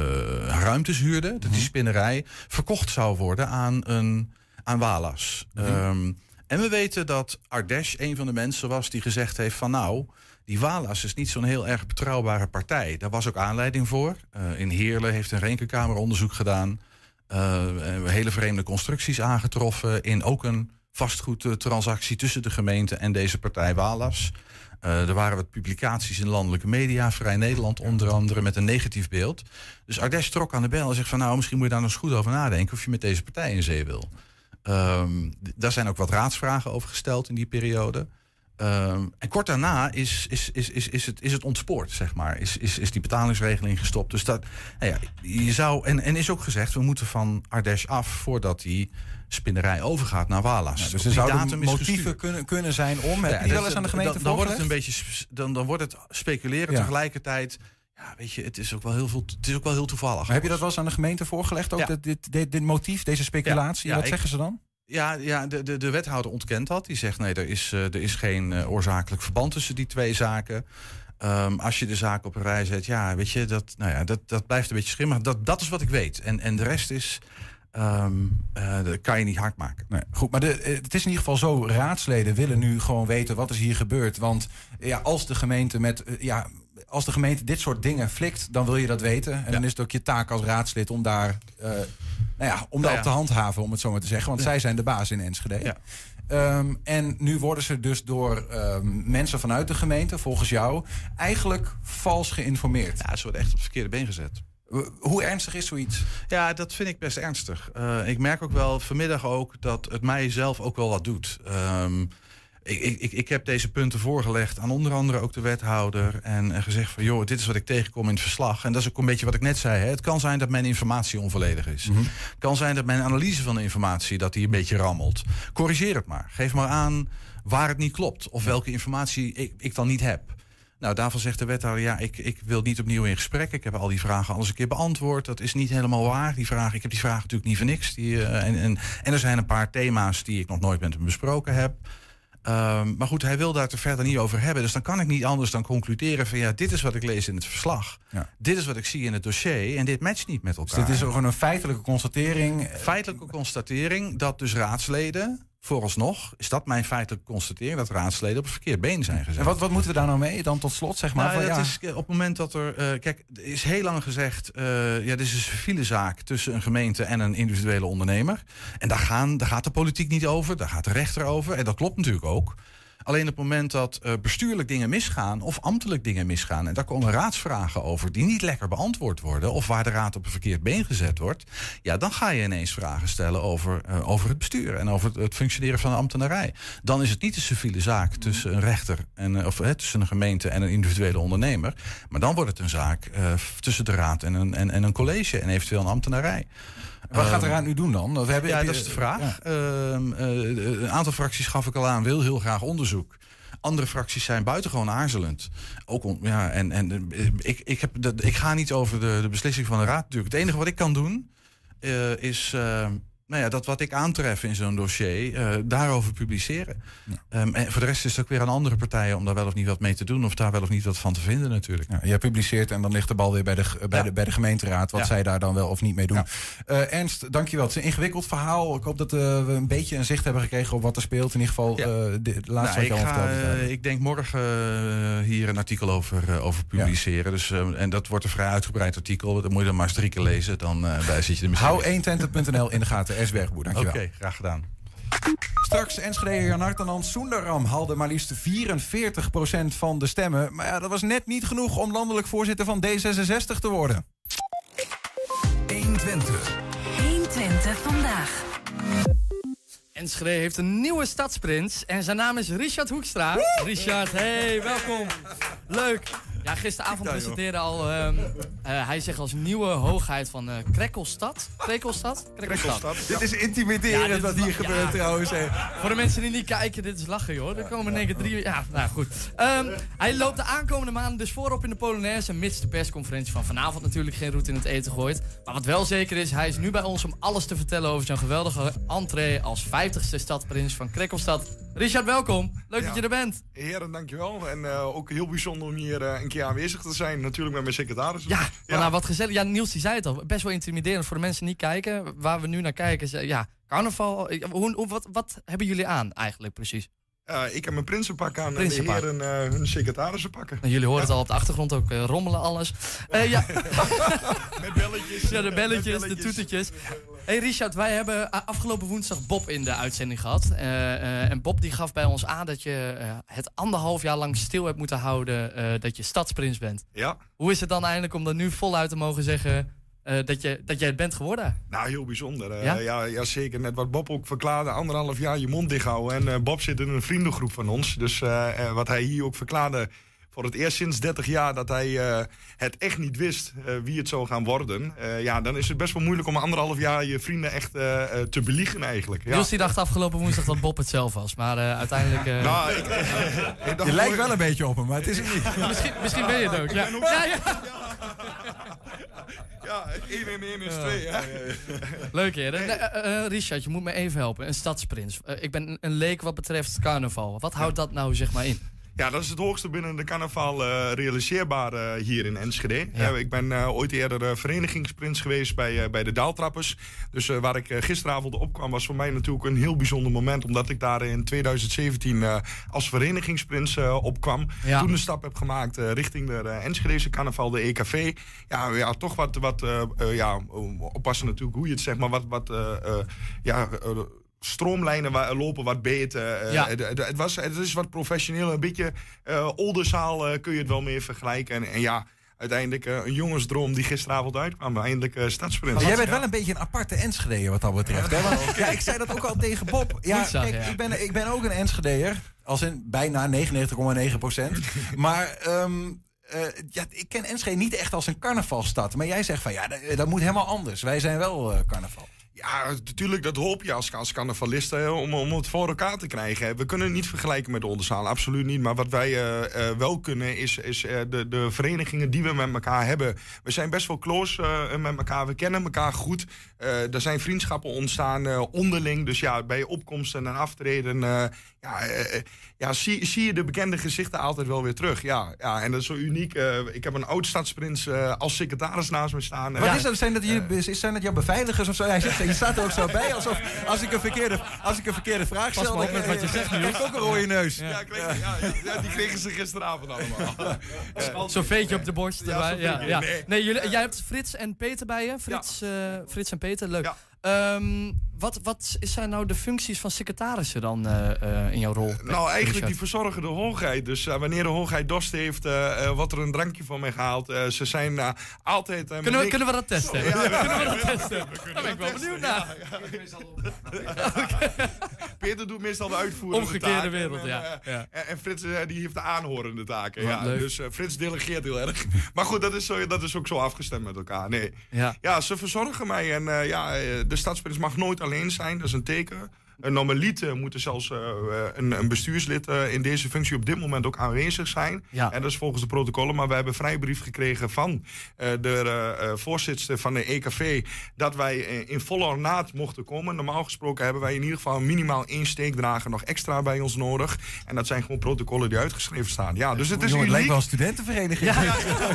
ruimtes huurde, mm-hmm. dat die spinnerij verkocht zou worden aan, een, aan Walas. Mm-hmm. Um, en we weten dat Ardèche een van de mensen was die gezegd heeft van nou, die Walas is niet zo'n heel erg betrouwbare partij. Daar was ook aanleiding voor. Uh, in Heerlen heeft een rekenkamer onderzoek gedaan. Uh, hele vreemde constructies aangetroffen in ook een vastgoedtransactie tussen de gemeente en deze partij Walas. Uh, er waren wat publicaties in landelijke media, Vrij Nederland onder andere, met een negatief beeld. Dus Ardèche trok aan de bel en zegt van nou, misschien moet je daar nog eens goed over nadenken of je met deze partij in zee wil. Um, daar zijn ook wat raadsvragen over gesteld in die periode. Um, en kort daarna is, is, is, is, is, het, is het ontspoord, zeg maar. Is, is, is die betalingsregeling gestopt. Dus dat, nou ja, je zou, en, en is ook gezegd, we moeten van Ardèche af voordat die spinnerij overgaat naar Walas. Ja, dus er zouden motieven kunnen, kunnen zijn om. Heb ja, je wel eens aan de gemeente dan, dan wordt het een beetje, dan, dan wordt het speculeren ja. tegelijkertijd. Ja, weet je, het is ook wel heel veel, het is ook wel heel toevallig. Maar heb je dat wel eens aan de gemeente voorgelegd? Ook ja. dit, dit, dit, dit motief, deze speculatie? Ja, ja, Wat ik, zeggen ze dan? Ja, ja de, de, de wethouder ontkent dat. Die zegt nee, er is, uh, er is geen uh, oorzakelijk verband tussen die twee zaken. Um, als je de zaak op een rij zet, ja, weet je, dat, nou ja, dat, dat blijft een beetje schimmig. Dat, dat is wat ik weet. En, en de rest is, um, uh, dat kan je niet hard maken. Nee, goed, maar de, het is in ieder geval zo, raadsleden willen nu gewoon weten wat is hier gebeurd. Want ja, als de gemeente met, uh, ja, als de gemeente dit soort dingen flikt, dan wil je dat weten. En ja. dan is het ook je taak als raadslid om daar, uh, nou ja, om daar ja, ja. op te handhaven, om het zo maar te zeggen. Want ja. zij zijn de baas in Enschede. Ja. Um, en nu worden ze dus door um, mensen vanuit de gemeente, volgens jou, eigenlijk vals geïnformeerd. Ja, ze worden echt op het verkeerde been gezet. Hoe ernstig is zoiets? Ja, dat vind ik best ernstig. Uh, ik merk ook wel vanmiddag ook dat het mij zelf ook wel wat doet. Um, ik, ik, ik heb deze punten voorgelegd aan onder andere ook de wethouder. En, en gezegd van joh, dit is wat ik tegenkom in het verslag. En dat is ook een beetje wat ik net zei. Hè. Het kan zijn dat mijn informatie onvolledig is. Mm-hmm. Het kan zijn dat mijn analyse van de informatie dat die een beetje rammelt. Corrigeer het maar. Geef maar aan waar het niet klopt. Of welke informatie ik, ik dan niet heb. Nou, daarvan zegt de wethouder, ja, ik, ik wil niet opnieuw in gesprek. Ik heb al die vragen al eens een keer beantwoord. Dat is niet helemaal waar. Die vragen, ik heb die vragen natuurlijk niet voor niks. Die, uh, en, en, en er zijn een paar thema's die ik nog nooit met hem besproken heb. Um, maar goed, hij wil daar het er verder niet over hebben. Dus dan kan ik niet anders dan concluderen van ja, dit is wat ik lees in het verslag. Ja. Dit is wat ik zie in het dossier en dit matcht niet met elkaar. Dus dit is gewoon een feitelijke constatering. Feitelijke constatering dat dus raadsleden, vooralsnog is dat mijn feitelijke constatering, dat raadsleden op het verkeerd been zijn gezet. En wat, wat moeten we daar nou mee dan tot slot, zeg maar? Nou, van, dat ja. is op het moment dat er... Uh, kijk, er is heel lang gezegd, uh, ja, dit is een civiele zaak tussen een gemeente en een individuele ondernemer. En daar, gaan, daar gaat de politiek niet over, daar gaat de rechter over. En dat klopt natuurlijk ook. Alleen op het moment dat uh, bestuurlijk dingen misgaan of ambtelijk dingen misgaan, en daar komen raadsvragen over die niet lekker beantwoord worden, of waar de raad op een verkeerd been gezet wordt, ja, dan ga je ineens vragen stellen over, uh, over het bestuur en over het, het functioneren van de ambtenarij. Dan is het niet een civiele zaak tussen een rechter en uh, of uh, tussen een gemeente en een individuele ondernemer, maar dan wordt het een zaak uh, tussen de raad en een, en, en een college en eventueel een ambtenarij. Wat gaat de raad nu doen dan? We hebben, ja, dat is de vraag. Ja. Uh, uh, een aantal fracties, gaf ik al aan, wil heel graag onderzoek. Andere fracties zijn buitengewoon aarzelend. Ook on, ja, en, en ik, ik, heb de, ik ga niet over de, de beslissing van de raad natuurlijk. Het enige wat ik kan doen uh, is uh, nou ja, dat wat ik aantref in zo'n dossier, uh, daarover publiceren. Ja. Um, en voor de rest is het ook weer aan andere partijen om daar wel of niet wat mee te doen, of daar wel of niet wat van te vinden natuurlijk. Ja, jij publiceert en dan ligt de bal weer bij de, bij, ja. de, bij de gemeenteraad, wat ja. zij daar dan wel of niet mee doen. Ja. Uh, Ernst, dankjewel. Het is een ingewikkeld verhaal. Ik hoop dat uh, we een beetje een zicht hebben gekregen op wat er speelt. In ieder geval, ja. uh, de, de laatste nou, wat ik, je al ga, vertelde. Uh, ik denk morgen uh, hier een artikel over, uh, over publiceren. Ja. Dus, uh, en dat wordt een vrij uitgebreid artikel. Dan moet je dan maar eens drie keer lezen. Dan uh, daar zit je er misschien. Hou honderdtwintig punt n l in de gaten. S. Bergboer, dankjewel. Oké, okay, graag gedaan. Straks Enschede Janartanand Soendaram haalde maar liefst vierenveertig procent van de stemmen. Maar ja, dat was net niet genoeg om landelijk voorzitter van D zesenzestig te worden. honderdtwintig. honderdtwintig vandaag. Enschede heeft een nieuwe stadsprins en zijn naam is Richard Hoekstra. Woe! Richard, hey, welkom. Leuk. Ja, gisteravond presenteerde al, um, uh, hij zegt als nieuwe hoogheid van uh, Krekkelstad. Krekkelstad? Krekkelstad. Dit is intimiderend ja, dit wat hier ja, gebeurt ja. trouwens. Hè. Voor de mensen die niet kijken, dit is lachen joh. Er komen in één keer drie... Ja, nou goed. Um, hij loopt de aankomende maanden dus voorop in de Polonaise, mits de persconferentie van vanavond natuurlijk geen roet in het eten gooit. Maar wat wel zeker is, hij is nu bij ons om alles te vertellen over zijn geweldige entree als vijftigste stadsprins van Krekkelstad. Richard, welkom. Leuk ja. dat je er bent. Heren, dankjewel. En uh, ook heel bijzonder om hier uh, een keer aanwezig te zijn. Natuurlijk met mijn secretaris. Ja, ja. Nou, wat gezellig. Ja, Niels die zei het al. Best wel intimiderend voor de mensen die niet kijken. Waar we nu naar kijken is, ja, carnaval. Hoe, hoe, wat, wat hebben jullie aan eigenlijk precies? Uh, ik heb mijn prinsenpak aan prinsenpak. En de heren uh, hun secretarissen pakken. En jullie horen ja. het al op de achtergrond ook uh, rommelen alles. Uh, ja. Met belletjes. Ja, de belletjes, de toetertjes. Hey Richard, wij hebben afgelopen woensdag Bob in de uitzending gehad. Uh, uh, en Bob die gaf bij ons aan dat je uh, het anderhalf jaar lang stil hebt moeten houden uh, dat je stadsprins bent. Ja. Hoe is het dan eindelijk om dat nu voluit te mogen zeggen uh, dat, je, dat jij het bent geworden? Nou, heel bijzonder. Uh, ja? Ja, ja, zeker. Net wat Bob ook verklaarde, anderhalf jaar je mond dicht houden. En uh, Bob zit in een vriendengroep van ons. Dus uh, uh, wat hij hier ook verklaarde, voor het eerst sinds dertig jaar dat hij uh, het echt niet wist uh, wie het zou gaan worden. Uh, ja, dan is het best wel moeilijk om anderhalf jaar je vrienden echt uh, uh, te beliegen eigenlijk. Ja. Niels die dacht afgelopen woensdag dat Bob het zelf was. Maar uh, uiteindelijk... Uh... Nou, ik, ik je lijkt wel een beetje op hem, maar het is hem niet. misschien, misschien ben je het ook. Ja, ja, ja. Ja, één en één is twee. Ja. Leuk heer. Uh, uh, Richard, je moet me even helpen. Een stadsprins. Uh, ik ben een leek wat betreft carnaval. Wat houdt dat nou zeg maar in? Ja, dat is het hoogste binnen de carnaval uh, realiseerbaar uh, hier in Enschede. Ja. Uh, ik ben uh, ooit eerder uh, verenigingsprins geweest bij, uh, bij de Daaltrappers. Dus uh, waar ik uh, gisteravond opkwam was voor mij natuurlijk een heel bijzonder moment. Omdat ik daar in twintig zeventien uh, als verenigingsprins uh, opkwam. Ja. Toen een stap heb gemaakt uh, richting de uh, Enschedese carnaval, de E K V. Ja, ja toch wat, wat uh, uh, ja, oppassen natuurlijk hoe je het zegt, maar wat... wat uh, uh, ja, uh, stroomlijnen lopen wat beter. Uh, ja. het, het, was, het is wat professioneel. Een beetje uh, olderzaal uh, kun je het wel mee vergelijken. En, en ja, uiteindelijk uh, een jongensdroom die gisteravond uitkwam. Eindelijk uh, stadsprins. Maar jij bent ja. wel een beetje een aparte Enschedeër wat dat betreft. Ja. Hè? Want, ja, ik zei dat ook al tegen Bob. Ja, zag, kijk, ja. Ik, ben, ik ben ook een Enschedeër. Als in bijna negenennegentig komma negen procent. Maar... Um, Uh, ja, ik ken Enschede niet echt als een carnavalstad. Maar jij zegt van ja, dat, dat moet helemaal anders. Wij zijn wel uh, carnaval. Ja, natuurlijk, dat hoop je als, als carnavalisten om, om het voor elkaar te krijgen. We kunnen het niet vergelijken met de onderzaal, absoluut niet. Maar wat wij uh, uh, wel kunnen, is, is uh, de, de verenigingen die we met elkaar hebben. We zijn best wel close uh, met elkaar, we kennen elkaar goed. Uh, er zijn vriendschappen ontstaan uh, onderling. Dus ja, bij opkomsten en aftreden uh, ja, uh, ja, zie, zie je de bekende gezichten altijd wel weer terug. Ja, ja, en dat is zo uniek. Uh, ik heb een oud-stadsprins uh, als secretaris naast me staan. Wat ja. is dat? Zijn dat, jullie, zijn dat jouw beveiligers of zo? Hij zegt, je staat er ook zo bij, alsof als ik een verkeerde, als ik een verkeerde vraag stel... Pas maar op met wat je zegt, nu. Ik heb ook een rode neus. Ja, ja, kreeg, ja, ja, die kregen ze gisteravond allemaal. Uh, Zo'n veetje op de borst. Ja, ja, ja. Nee, nee jullie, jij hebt Frits en Peter bij je. Frits, ja. uh, Frits en Peter, leuk. Ja. Um, wat, wat zijn nou de functies van secretarissen dan uh, uh, in jouw rol? Nou, eigenlijk die verzorgen de hoogheid. Dus uh, wanneer de hoogheid dorst heeft, uh, uh, wordt er een drankje van mij gehaald. Uh, ze zijn uh, altijd... Uh, kunnen, we, kunnen we dat testen? Zo, ja, ja, kunnen we dat ja, testen? Daar ben ik wel benieuwd naar. Ja, ja. Okay. Peter doet meestal de uitvoering. Omgekeerde wereld, en, ja. Uh, ja. En Frits uh, die heeft de aanhorende taken. Ja. Dus uh, Frits delegeert heel erg. Maar goed, dat is, zo, dat is ook zo afgestemd met elkaar. Nee. Ja. Ja, ze verzorgen mij. En uh, ja, de stadsprins mag nooit alleen zijn. Dat is een teken. Uh, normaliter moet er zelfs uh, een, een bestuurslid uh, in deze functie op dit moment ook aanwezig zijn. Ja. En dat is volgens de protocollen. Maar we hebben een vrijbrief gekregen van uh, de uh, voorzitter van de E K V... dat wij uh, in volle ornaat mochten komen. Normaal gesproken hebben wij in ieder geval minimaal één steekdrager nog extra bij ons nodig. En dat zijn gewoon protocollen die uitgeschreven staan. Ja, dus het is Jongen, het lijkt uniek. wel een studentenvereniging. Ja.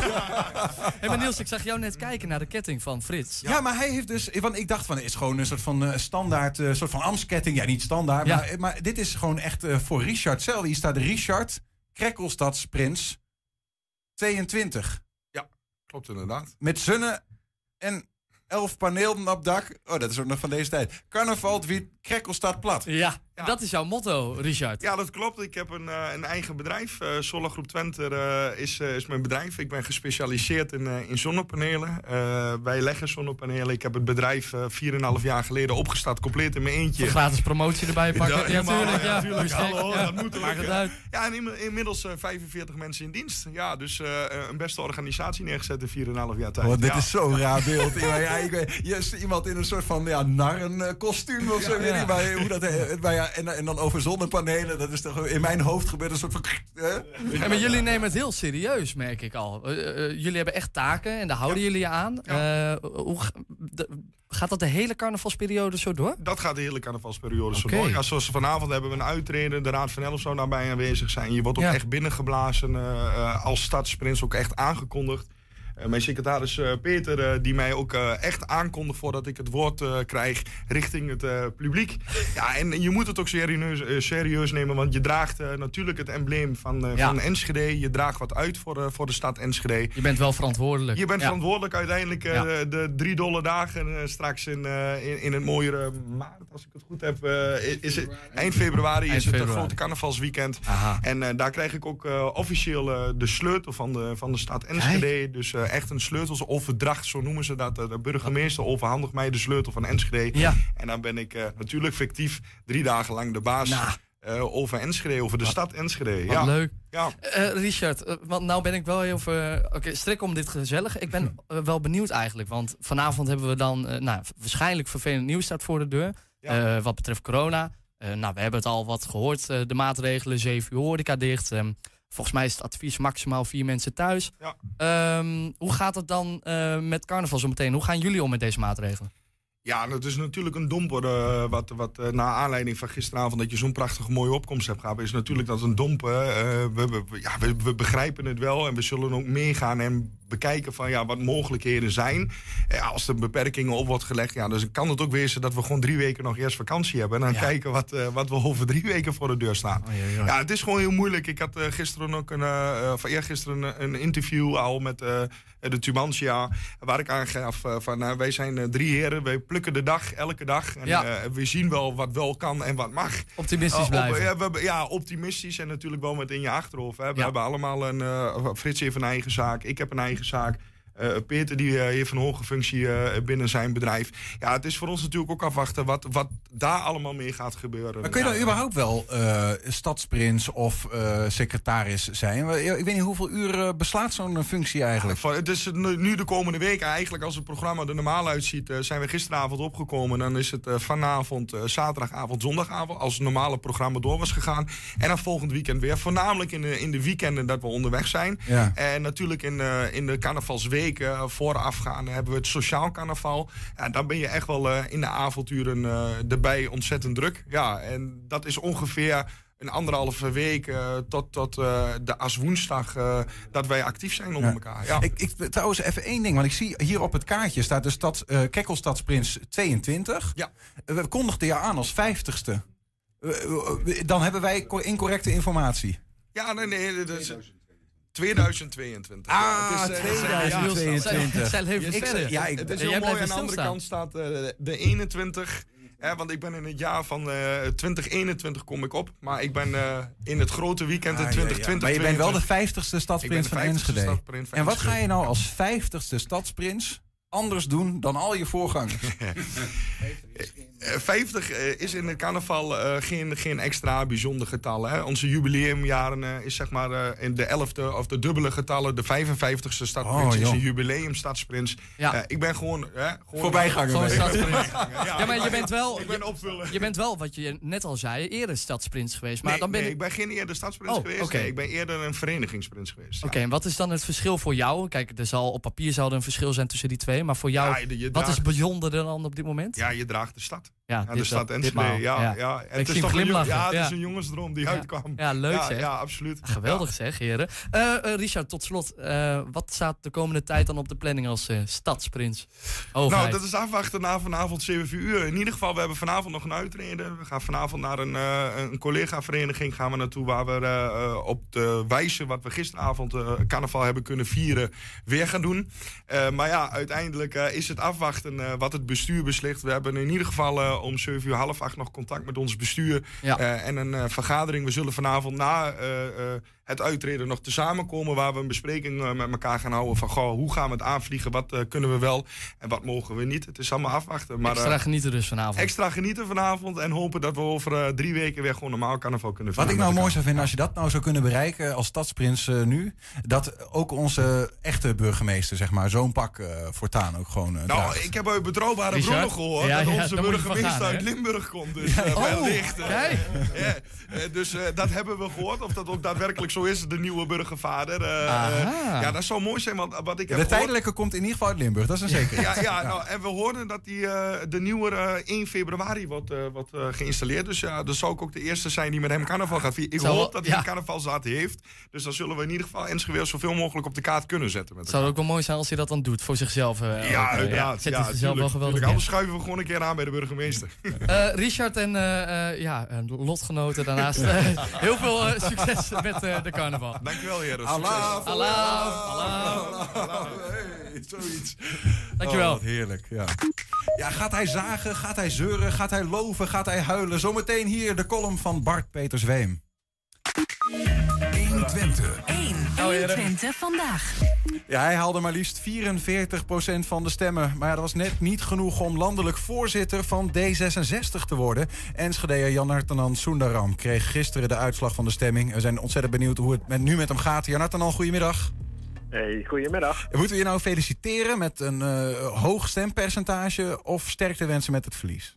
Hey, maar Niels, ik zag jou net kijken naar de ketting van Frits. Ja, ja maar hij heeft dus... Want ik dacht van, het is gewoon een soort van uh, standaard, uh, soort van Amsketting. Ja, niet standaard, ja. maar, maar dit is gewoon echt uh, voor Richard zelf. Hier staat Richard Krekkelstadsprins tweeëntwintig. Ja, klopt inderdaad. Met zonne en elf panelen op dak. Oh, dat is ook nog van deze tijd. Carnaval, wie Krekkelstad plat. Ja, ja, dat is jouw motto, Richard. Ja, dat klopt. Ik heb een, uh, een eigen bedrijf. Uh, Solar Groep Twente uh, is, uh, is mijn bedrijf. Ik ben gespecialiseerd in, uh, in zonnepanelen. Uh, wij leggen zonnepanelen. Ik heb het bedrijf uh, vier en een half jaar geleden opgestart. Compleet in mijn eentje. Een gratis promotie erbij pakken. Ja, ja, tuurlijk. Ja, tuurlijk. Ja, hallo, ja. Dat moet Maakt het uit. Ja, en in, inmiddels uh, vijfenveertig mensen in dienst. Ja, dus uh, een beste organisatie neergezet in vier en een half jaar tijd. Oh, dit ja. is zo'n raar beeld. ja, ja, ik weet, je is iemand in een soort van ja, narrenkostuum of zo. Ja, weet ja. Niet, hoe dat, maar ja, en, en dan over zonnepanelen. Dat is toch in mijn hoofd gebeurt een soort van... Uh? Ja, maar jullie nemen het heel serieus, merk ik al. Uh, uh, jullie hebben echt taken en daar houden ja. jullie je aan. Ja. Uh, hoe, de, gaat dat de hele carnavalsperiode zo door? Dat gaat de hele carnavalsperiode okay. zo door. Ja, zoals vanavond hebben we een uittreden. De Raad van Elf zou daarbij aanwezig zijn. Je wordt ook ja. echt binnengeblazen uh, uh, als stadsprins. Ook echt aangekondigd. Uh, mijn secretaris uh, Peter, uh, die mij ook uh, echt aankondigt voordat ik het woord uh, krijg richting het uh, publiek. Ja, en je moet het ook serieus, uh, serieus nemen, want je draagt uh, natuurlijk het embleem van, uh, ja. van Enschede. Je draagt wat uit voor, uh, voor de stad Enschede. Je bent wel verantwoordelijk. Je bent ja. verantwoordelijk uiteindelijk. Uh, ja. de, de drie dolle dagen uh, straks in, uh, in, in het mooie maart, als ik het goed heb. Uh, is het, eind februari eind is het februari. grote carnavalsweekend. Aha. En uh, daar krijg ik ook uh, officieel uh, de sleutel van de, van de stad Enschede. Kijk. Dus uh, echt een sleutelsoverdracht, zo noemen ze dat. De burgemeester overhandigt mij de sleutel van Enschede. Ja. En dan ben ik uh, natuurlijk fictief drie dagen lang de baas nah. uh, over Enschede, over de wat, stad Enschede. Wat ja. leuk. Ja. Uh, Richard, uh, want nou ben ik wel heel veel... Oké, okay, strik om dit gezellig. Ik ben uh, wel benieuwd eigenlijk, want vanavond hebben we dan uh, nou, waarschijnlijk vervelend nieuws staat voor de deur. Ja. Uh, wat betreft corona. Uh, nou, we hebben het al wat gehoord. Uh, de maatregelen, zeven uur horeca dicht. Um, Volgens mij is het advies maximaal vier mensen thuis. Ja. Um, hoe gaat het dan uh, met carnaval zo meteen? Hoe gaan jullie om met deze maatregelen? Ja, dat is natuurlijk een domper. Uh, wat, wat uh, na aanleiding van gisteravond dat je zo'n prachtige mooie opkomst hebt gehad, is natuurlijk dat een domper. Uh, we, we, ja, we, we begrijpen het wel en we zullen ook meegaan en bekijken van ja, wat mogelijkheden zijn. Ja, als er beperkingen op wordt gelegd, ja, dus kan het ook wezen dat we gewoon drie weken nog eerst vakantie hebben. En dan ja. kijken wat, uh, wat we over drie weken voor de deur staan. Oh, ja, ja. ja, het is gewoon heel moeilijk. Ik had uh, gisteren ook een, uh, van eergisteren een, een interview al met uh, de Tubantia, waar ik aangaf uh, van uh, wij zijn uh, drie heren, wij plukken de dag, elke dag. En ja. uh, we zien wel wat wel kan en wat mag. Optimistisch uh, blijven. Op, ja, we, ja, optimistisch en natuurlijk wel met in je achterhoofd. Hè. We ja. hebben allemaal een, uh, Frits heeft een eigen zaak, ik heb een eigen zaak. Uh, Peter die uh, heeft een hoge functie uh, binnen zijn bedrijf. Ja, het is voor ons natuurlijk ook afwachten wat, wat daar allemaal mee gaat gebeuren. Maar kun je dan ja, überhaupt wel uh, stadsprins of uh, secretaris zijn? Ik weet niet hoeveel uur beslaat zo'n functie eigenlijk? Ja, het is nu de komende weken eigenlijk, als het programma er normaal uitziet, uh, zijn we gisteravond opgekomen. Dan is het uh, vanavond, uh, zaterdagavond, zondagavond, als het normale programma door was gegaan. En dan volgend weekend weer. Voornamelijk in de, in de weekenden dat we onderweg zijn. Ja. En natuurlijk in, uh, in de carnavalsweken uh, voorafgaan hebben we het sociaal carnaval. En ja, dan ben je echt wel uh, in de avonturen uh, erbij ontzettend druk. Ja, en dat is ongeveer een anderhalve week uh, tot, tot uh, de aswoensdag uh, dat wij actief zijn onder ja. elkaar. Ja. Ik, ik, trouwens even één ding, want ik zie hier op het kaartje staat de stad uh, Kekkelstadsprins tweeëntwintig. Ja. Uh, we kondigden je aan als vijftigste. Uh, uh, dan hebben wij incorrecte informatie. Ja, nee, nee, dat is tweeduizend tweeëntwintig. Ah, ja, het is, tweeduizend tweeëntwintig. Zijn leven verder. Ja, ik, het is heel mooi. Aan de andere kant staat uh, de eenentwintig. Ja, want ik ben in het jaar van uh, twintig eenentwintig kom ik op. Maar ik ben uh, in het grote weekend in ah, twintig twintig. Ja, ja. Maar je bent wel de vijftigste stadsprins van Enschede. En wat ga je nou als vijftigste stadsprins anders doen dan al je voorgangers? vijftig is in het carnaval uh, geen, geen extra bijzonder getal. Hè. Onze jubileumjaren uh, is zeg maar uh, in de elfde of de dubbele getallen. De vijfenvijftigste stadsprins oh, is een jubileumstadsprins. Ja. Uh, ik ben gewoon... Uh, gewoon Voorbijganger. Gewoon stadsprins. ja, ja, maar je bent wel... Ik ben opvullen. Je bent wel, wat je net al zei, eerder stadsprins geweest. Maar nee, dan ben nee, ik... ik ben geen eerder stadsprins oh, geweest. Okay. Nee, ik ben eerder een verenigingsprins geweest. Oké, okay, ja. En wat is dan het verschil voor jou? Kijk, er zal, op papier zal er een verschil zijn tussen die twee. Maar voor jou, ja, je, je wat draagt, is bijzonderder dan op dit moment? Ja, je draagt de stad. Ja, ja, de stad Enschede. Ja, ja. ja. En ik het is toch een, ja, het ja. is een jongensdroom die ja. uitkwam. Ja, leuk ja, zeg. Ja, absoluut. Geweldig ja. zeg, heren. Uh, uh, Richard, tot slot. Uh, wat staat de komende tijd dan op de planning als uh, stadsprins? Hoogheid. Nou, dat is afwachten na vanavond zeven uur. In ieder geval, we hebben vanavond nog een uitreden. We gaan vanavond naar een, uh, een collega-vereniging gaan we naartoe waar we uh, op de wijze wat we gisteravond uh, carnaval hebben kunnen vieren weer gaan doen. Uh, maar ja, uiteindelijk uh, is het afwachten uh, wat het bestuur beslist. We hebben in ieder geval uh, om zeven uur half acht nog contact met ons bestuur ja. uh, en een uh, vergadering. We zullen vanavond na uh, uh, het uitreden nog te samenkomen waar we een bespreking uh, met elkaar gaan houden van goh, hoe gaan we het aanvliegen, wat uh, kunnen we wel en wat mogen we niet. Het is allemaal afwachten. Maar, extra uh, genieten dus vanavond. Extra genieten vanavond en hopen dat we over uh, drie weken weer gewoon normaal carnaval kunnen vieren. Wat ik nou mooi zou vinden als je dat nou zou kunnen bereiken als stadsprins uh, nu, dat ook onze echte burgemeester, zeg maar, zo'n pak uh, voortaan ook gewoon uh, Nou, draagt. ik heb uit betrouwbare Richard? bronnen gehoord ja, dat ja, onze burgemeester gaan, uit Limburg komt. Dus ja, uh, oh, wellicht. Uh, kijk. Ja, uh, dus uh, dat hebben we gehoord. Of dat ook daadwerkelijk zo is, de nieuwe burgervader. Uh, uh, ja, dat zou mooi zijn, want wat ik heb De gehoord, tijdelijke komt in ieder geval uit Limburg, dat is een zekerheid. ja, ja, nou, en we hoorden dat die, uh, de nieuwe uh, één februari wordt, uh, wordt uh, geïnstalleerd. Dus ja, dan zou ik ook de eerste zijn die met hem carnaval gaat vieren. Ik zou hoop wel, dat hij ja. een carnavalzaad heeft. Dus dan zullen we in ieder geval Enschede zoveel mogelijk op de kaart kunnen zetten. Met het zou ook wel mooi zijn als hij dat dan doet voor zichzelf. Uh, ja, ook, uiteraard. Zet ja, hij zichzelf wel geweldig. Anders schuiven we gewoon een keer aan bij de burgemeester. Uh, Richard en uh, uh, ja, lotgenoten daarnaast. Uh, heel veel uh, succes met uh, de carnaval. Dankjewel, heren. Allah, Allah, Allah. Hey, zoiets. Dankjewel. Oh, wat heerlijk, ja. Ja, gaat hij zagen, gaat hij zeuren, gaat hij loven, gaat hij huilen? Zometeen hier de column van Bart Petersweem. honderdtwintig. honderdtwintig vandaag. Ja, hij haalde maar liefst vierenveertig procent van de stemmen. Maar ja, dat was net niet genoeg om landelijk voorzitter van D zesenzestig te worden. Enschedeër Janartanan Sundaram kreeg gisteren de uitslag van de stemming. We zijn ontzettend benieuwd hoe het met, nu met hem gaat. Janartanan, goedemiddag. Hey, goedemiddag. Moeten we je nou feliciteren met een uh, hoog stempercentage of sterkte wensen met het verlies?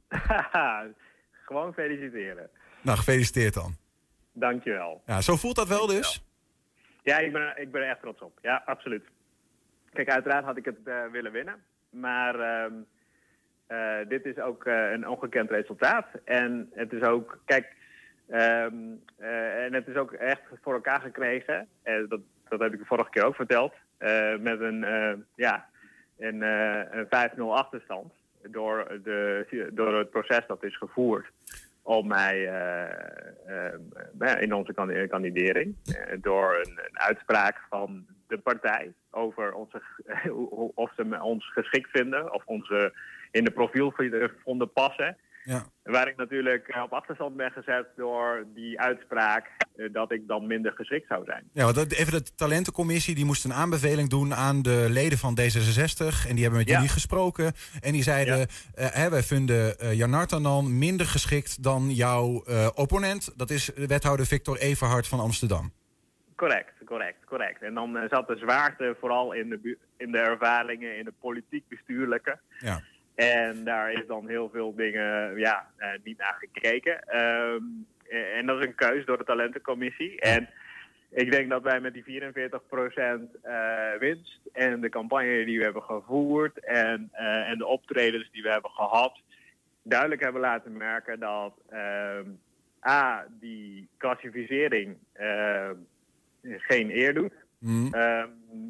Gewoon feliciteren. Nou, gefeliciteerd dan. Dankjewel. Ja, zo voelt dat wel dus? Ja, ik ben, ik ben er echt trots op. Ja, absoluut. Kijk, uiteraard had ik het uh, willen winnen. Maar uh, uh, dit is ook uh, een ongekend resultaat. En het is ook, kijk, um, uh, en het is ook echt voor elkaar gekregen. Uh, dat, dat heb ik de vorige keer ook verteld. Uh, met een, uh, ja, een, uh, een vijf nul achterstand. Door, de, door het proces dat is gevoerd. Om mij uh, uh, in onze kandidering, uh, door een, een uitspraak van de partij over onze, uh, of ze ons geschikt vinden of onze in de profiel vonden passen. Ja. Waar ik natuurlijk op achterstand ben gezet door die uitspraak uh, dat ik dan minder geschikt zou zijn. Ja, want even de talentencommissie die moest een aanbeveling doen aan de leden van D zesenzestig. En die hebben met ja. jullie gesproken. En die zeiden, ja. uh, hè, wij vinden uh, Jan Nartanan minder geschikt dan jouw uh, opponent. Dat is wethouder Victor Everhart van Amsterdam. Correct, correct, correct. En dan uh, zat de zwaarte vooral in de, bu- in de ervaringen, in de politiek-bestuurlijke. Ja. En daar is dan heel veel dingen ja, uh, niet naar gekeken. Um, en dat is een keus door de talentencommissie. En ik denk dat wij met die vierenveertig procent uh, winst en de campagne die we hebben gevoerd en, uh, en de optredens die we hebben gehad, duidelijk hebben laten merken dat uh, A, die klassificering uh, geen eer doet. Mm. Uh,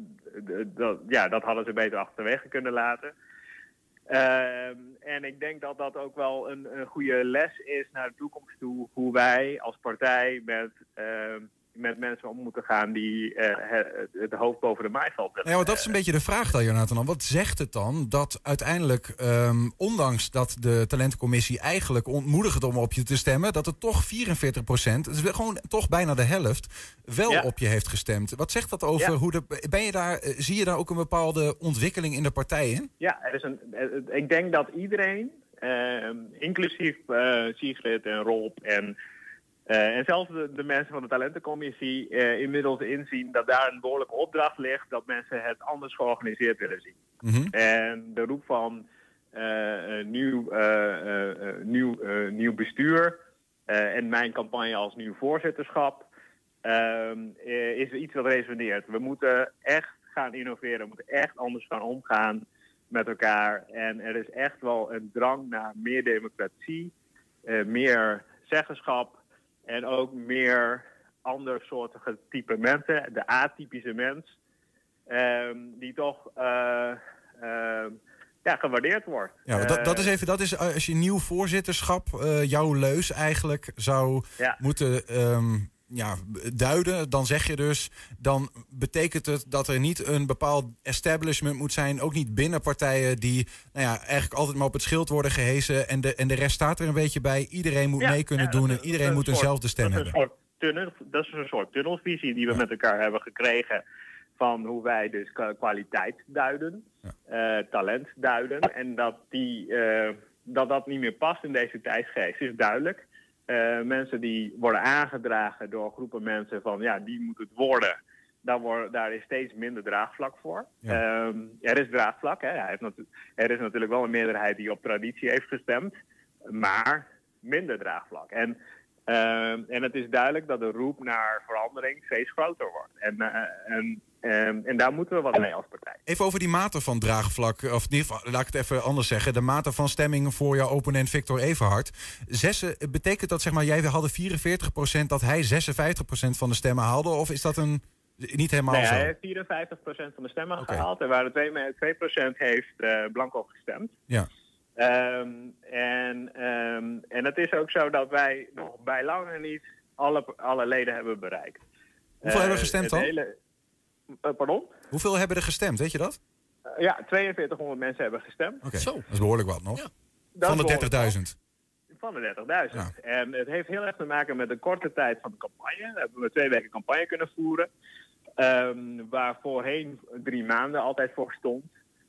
d- d- ja, dat hadden ze beter achterwege kunnen laten. Uh, en ik denk dat dat ook wel een, een goede les is naar de toekomst toe. Hoe wij als partij met, uh, met mensen om moeten gaan die uh, het, het hoofd boven de maaiveld willen. Ja, maar dat is een beetje de vraag dan, Jonathan. Wat zegt het dan dat uiteindelijk, um, ondanks dat de talentencommissie eigenlijk ontmoedigt om op je te stemmen, dat er toch vierenveertig procent, het is gewoon toch bijna de helft, wel ja. op je heeft gestemd. Wat zegt dat over ja. hoe de, ben je daar, zie je daar ook een bepaalde ontwikkeling in de partij in? Ja, er is een, ik denk dat iedereen, uh, inclusief uh, Sigrid en Rob en Uh, en zelfs de, de mensen van de talentencommissie uh, inmiddels inzien dat daar een behoorlijke opdracht ligt dat mensen het anders georganiseerd willen zien. Mm-hmm. En de roep van uh, nieuw, uh, uh, nieuw, uh, nieuw bestuur uh, en mijn campagne als nieuw voorzitterschap uh, uh, is iets wat resoneert. We moeten echt gaan innoveren, we moeten echt anders gaan omgaan met elkaar. En er is echt wel een drang naar meer democratie, uh, meer zeggenschap. En ook meer andersoortige type mensen, de atypische mens, um, die toch uh, uh, ja, gewaardeerd wordt. Ja, dat, dat is even, dat is als je nieuw voorzitterschap, uh, jouw leus eigenlijk zou ja. moeten um, ja, duiden, dan zeg je dus, dan betekent het dat er niet een bepaald establishment moet zijn, ook niet binnen partijen die nou ja, eigenlijk altijd maar op het schild worden gehesen en de, en de rest staat er een beetje bij. Iedereen moet ja, mee kunnen ja, doen en iedereen een moet soort, eenzelfde stem dat hebben. Een tunnel, dat is een soort tunnelvisie die we ja. met elkaar hebben gekregen van hoe wij dus kwaliteit duiden, ja. uh, talent duiden en dat, die, uh, dat dat niet meer past in deze tijdsgeest is duidelijk. Uh, mensen die worden aangedragen door groepen mensen van ja, die moet het worden. Daar, wordt, daar is steeds minder draagvlak voor. Ja. Um, er is draagvlak. Hè. Hij heeft natu- er is natuurlijk wel een meerderheid die op traditie heeft gestemd. Maar minder draagvlak. En, uh, en het is duidelijk dat de roep naar verandering steeds groter wordt. En, uh, en, um, en daar moeten we wat mee als partij. Even over die mate van draagvlak. Of in ieder geval, laat ik het even anders zeggen. De mate van stemming voor jouw opponent Victor Everhart. Zes, betekent dat, zeg maar, jij hadden vierenveertig procent, dat hij zesenvijftig procent van de stemmen haalde? Of is dat een niet helemaal nee, zo? Hij heeft vierenvijftig procent van de stemmen okay. gehaald. Er waren twee procent heeft uh, blanco gestemd. Ja. Um, en, um, en het is ook zo dat wij nog bij lange niet alle, alle leden hebben bereikt. Hoeveel uh, hebben er gestemd dan? Hele, uh, pardon? Hoeveel hebben er gestemd, weet je dat? Uh, ja, tweeënveertighonderd mensen hebben gestemd. Oké, okay. Dat is behoorlijk wat nog. Ja. Van de dertigduizend. Van de dertigduizend. Ja. En het heeft heel erg te maken met de korte tijd van de campagne. We hebben we twee weken campagne kunnen voeren. Um, waar voorheen drie maanden altijd voor stond.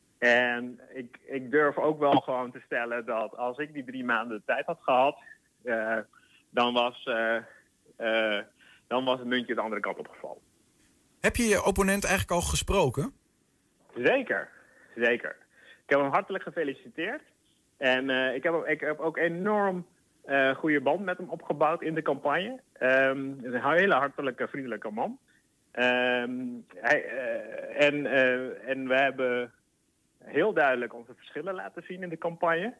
En ik, ik durf ook wel gewoon te stellen dat als ik die drie maanden de tijd had gehad, uh, dan, was, uh, uh, dan was het muntje de andere kant op gevallen. Heb je je opponent eigenlijk al gesproken? Zeker, zeker. Ik heb hem hartelijk gefeliciteerd. En uh, ik, heb, ik heb ook enorm uh, goede band met hem opgebouwd in de campagne. Um, een hele hartelijke, vriendelijke man. Um, hij, uh, en, uh, en we hebben heel duidelijk onze verschillen laten zien in de campagne.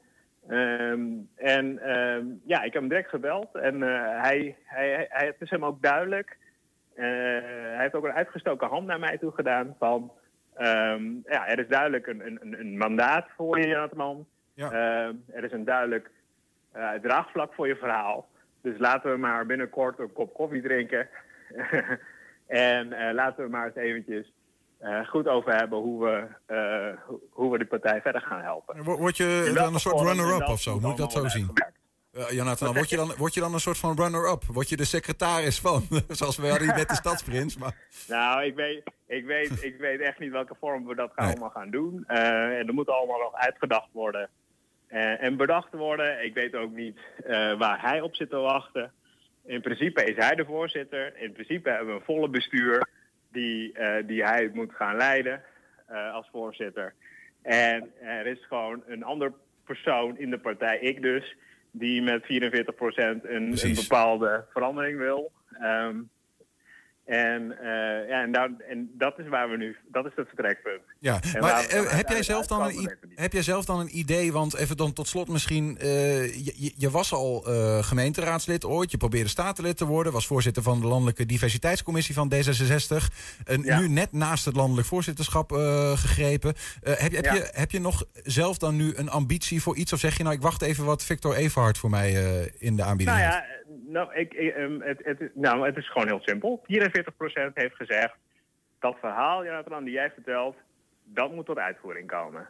Um, en um, ja, ik heb hem direct gebeld. En uh, hij, hij, hij, het is hem ook duidelijk. Uh, hij heeft ook een uitgestoken hand naar mij toe gedaan. Van, um, ja, er is duidelijk een, een, een mandaat voor je, Jonathan. Ja. Uh, er is een duidelijk uh, draagvlak voor je verhaal. Dus laten we maar binnenkort een kop koffie drinken. en uh, laten we maar eens eventjes uh, goed over hebben hoe we, uh, hoe we die partij verder gaan helpen. Word je dan een soort runner-up of zo? Moet ik dat zo zien? Uh, Jonathan, word je, dan, word je dan een soort van runner-up? Word je de secretaris van? Zoals we hadden met de Stadsprins. Maar... Nou, ik weet, ik, weet, ik weet echt niet welke vorm we dat gaan nee. allemaal gaan doen. Uh, en er moet allemaal nog uitgedacht worden. Uh, en bedacht worden. Ik weet ook niet uh, waar hij op zit te wachten. In principe is hij de voorzitter. In principe hebben we een volle bestuur die, uh, die hij moet gaan leiden uh, als voorzitter. En er is gewoon een ander persoon in de partij, ik dus, die met vierenveertig procent een, een bepaalde verandering wil. Um, en, uh, ja, en, daar, en dat is waar we nu, dat is het vertrekpunt. Ja, en maar uh, heb, jij zelf dan een, heb jij zelf dan een idee, want even dan tot slot misschien, uh, je, je was al uh, gemeenteraadslid ooit, je probeerde statenlid te worden, was voorzitter van de Landelijke Diversiteitscommissie van D zesenzestig, en ja. nu net naast het landelijk voorzitterschap uh, gegrepen. Uh, heb, heb, ja. je, heb je nog zelf dan nu een ambitie voor iets, of zeg je nou, ik wacht even wat Victor Everhart voor mij uh, in de aanbieding nou, heeft? Ja, nou, ik, ik, um, het, het, nou, het is gewoon heel simpel. vierenveertig procent heeft gezegd, dat verhaal, Jonathan, die jij vertelt, dat moet tot uitvoering komen.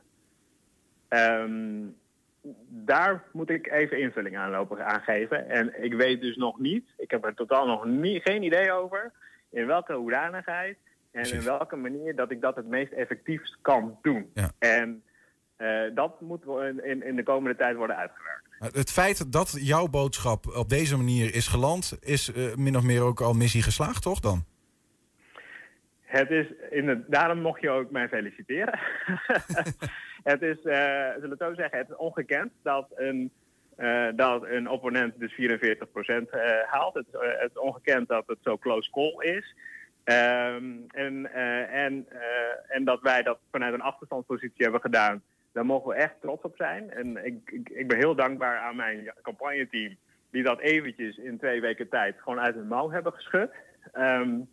Um, daar moet ik even invulling aan lopen aangeven. En ik weet dus nog niet, ik heb er totaal nog nie, geen idee over, in welke hoedanigheid en Precies. in welke manier dat ik dat het meest effectiefst kan doen. Ja. En uh, dat moet in, in de komende tijd worden uitgewerkt. Het feit dat jouw boodschap op deze manier is geland, is uh, min of meer ook al missie geslaagd, toch dan? Het is in het, daarom mocht je ook mij feliciteren. Het is, uh, zullen we het zo zeggen, het is ongekend dat een, uh, dat een opponent dus vierenveertig procent uh, haalt. Het, uh, het is ongekend dat het zo close call is. Um, en, uh, en, uh, en dat wij dat vanuit een achterstandspositie hebben gedaan. Daar mogen we echt trots op zijn. En ik, ik, ik ben heel dankbaar aan mijn campagneteam, die dat eventjes in twee weken tijd gewoon uit hun mouw hebben geschud. Um,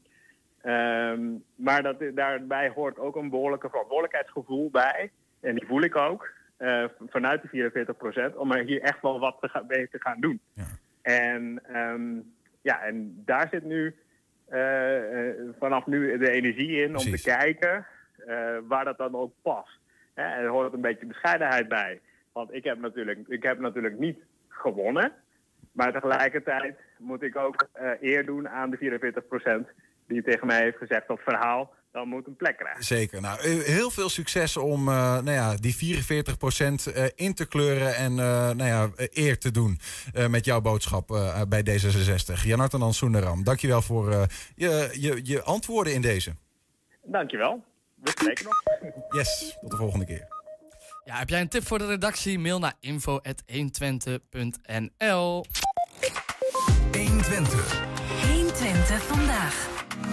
um, maar dat, daarbij hoort ook een behoorlijke verantwoordelijkheidsgevoel bij. En die voel ik ook, uh, vanuit de vierenveertig procent, om er hier echt wel wat te gaan, mee te gaan doen. Ja. En, um, ja, en daar zit nu uh, uh, vanaf nu de energie in Precies. om te kijken uh, waar dat dan ook past. Hè, er hoort een beetje bescheidenheid bij. Want ik heb natuurlijk, ik heb natuurlijk niet gewonnen. Maar tegelijkertijd moet ik ook uh, eer doen aan de vierenveertig procent die tegen mij heeft gezegd dat verhaal dan moet een plek krijgen. Zeker. Nou, heel veel succes om uh, nou ja, die vierenveertig procent uh, in te kleuren en uh, nou ja, eer te doen uh, met jouw boodschap uh, bij D zesenzestig. Janartan Soendaram, dankjewel voor uh, je, je, je antwoorden in deze. Dankjewel. We spreken nog. Yes, tot de volgende keer. Ja, heb jij een tip voor de redactie? Mail naar info at honderdtwintig punt n l. honderdtwintig. honderdtwintig vandaag.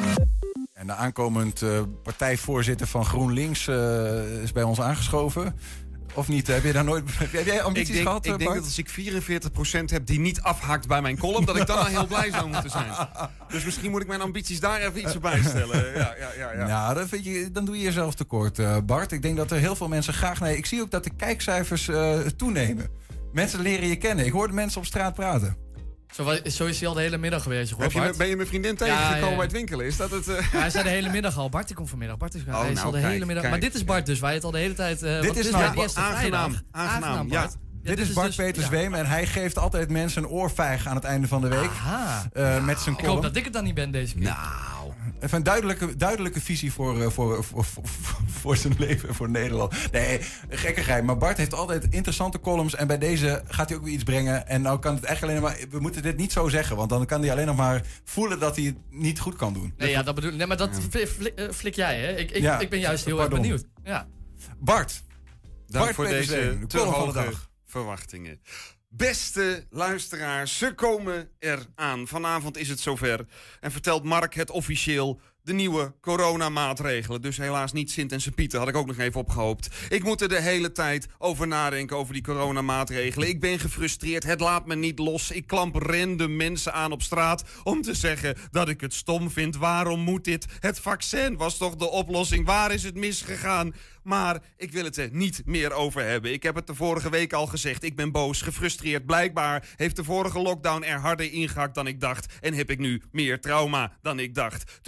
En de aankomend uh, partijvoorzitter van GroenLinks uh, is bij ons aangeschoven. Of niet? Heb je daar nooit heb jij ambities ik denk, gehad, Ik Bart? denk dat als ik vierenveertig procent heb die niet afhakt bij mijn column, dat ik dan al heel blij zou moeten zijn. Dus misschien moet ik mijn ambities daar even iets op bijstellen. Ja, ja, ja, ja. Nou, dan, vind je, dan doe je jezelf tekort, uh, Bart. Ik denk dat er heel veel mensen graag... Nee, ik zie ook dat de kijkcijfers uh, toenemen. Mensen leren je kennen. Ik hoorde mensen op straat praten. Zo, zo is hij al de hele middag geweest, hoor, Heb je, Bart. ben je mijn vriendin tegengekomen ja, ja, ja. bij het winkelen? Is dat het? Uh... Ja, hij zei de hele middag al. Bart, die komt vanmiddag. Bart is, oh, hij is nou, al de kijk, hele middag. Kijk, maar dit is Bart dus, waar je het al de hele tijd... Uh, dit is nou de eerste aangenaam, vrijdag. aangenaam, aangenaam, Bart. ja. Ja, dit is Bart dus, Peter ja. Zweem en hij geeft altijd mensen een oorvijg aan het einde van de week. Aha. Uh, nou, met zijn column. Ik hoop dat ik het dan niet ben deze keer. Nou... Even een duidelijke, duidelijke visie voor, uh, voor, voor, voor, voor zijn leven, voor Nederland. Nee, gekkigheid. Maar Bart heeft altijd interessante columns. En bij deze gaat hij ook weer iets brengen. En nou kan het echt alleen maar... We moeten dit niet zo zeggen. Want dan kan hij alleen nog maar voelen dat hij het niet goed kan doen. Nee, ja, dat bedoel, nee maar dat ja. flik, uh, flik jij, hè? Ik, ik, ja, ik ben juist heel erg benieuwd. Ja. Bart. Dank Bart voor Peter deze Zweem, de te column hoge van de dag. verwachtingen. Beste luisteraars, ze komen eraan. Vanavond is het zover. En vertelt Mark het officieel de nieuwe coronamaatregelen. Dus helaas niet Sint en Sint-Pieter, had ik ook nog even opgehoopt. Ik moet er de hele tijd over nadenken, over die coronamaatregelen. Ik ben gefrustreerd, het laat me niet los. Ik klamp random mensen aan op straat om te zeggen dat ik het stom vind. Waarom moet dit? Het vaccin was toch de oplossing? Waar is het misgegaan? Maar ik wil het er niet meer over hebben. Ik heb het de vorige week al gezegd. Ik ben boos, gefrustreerd. Blijkbaar heeft de vorige lockdown er harder ingehakt dan ik dacht. En heb ik nu meer trauma dan ik dacht. Dus we gaan het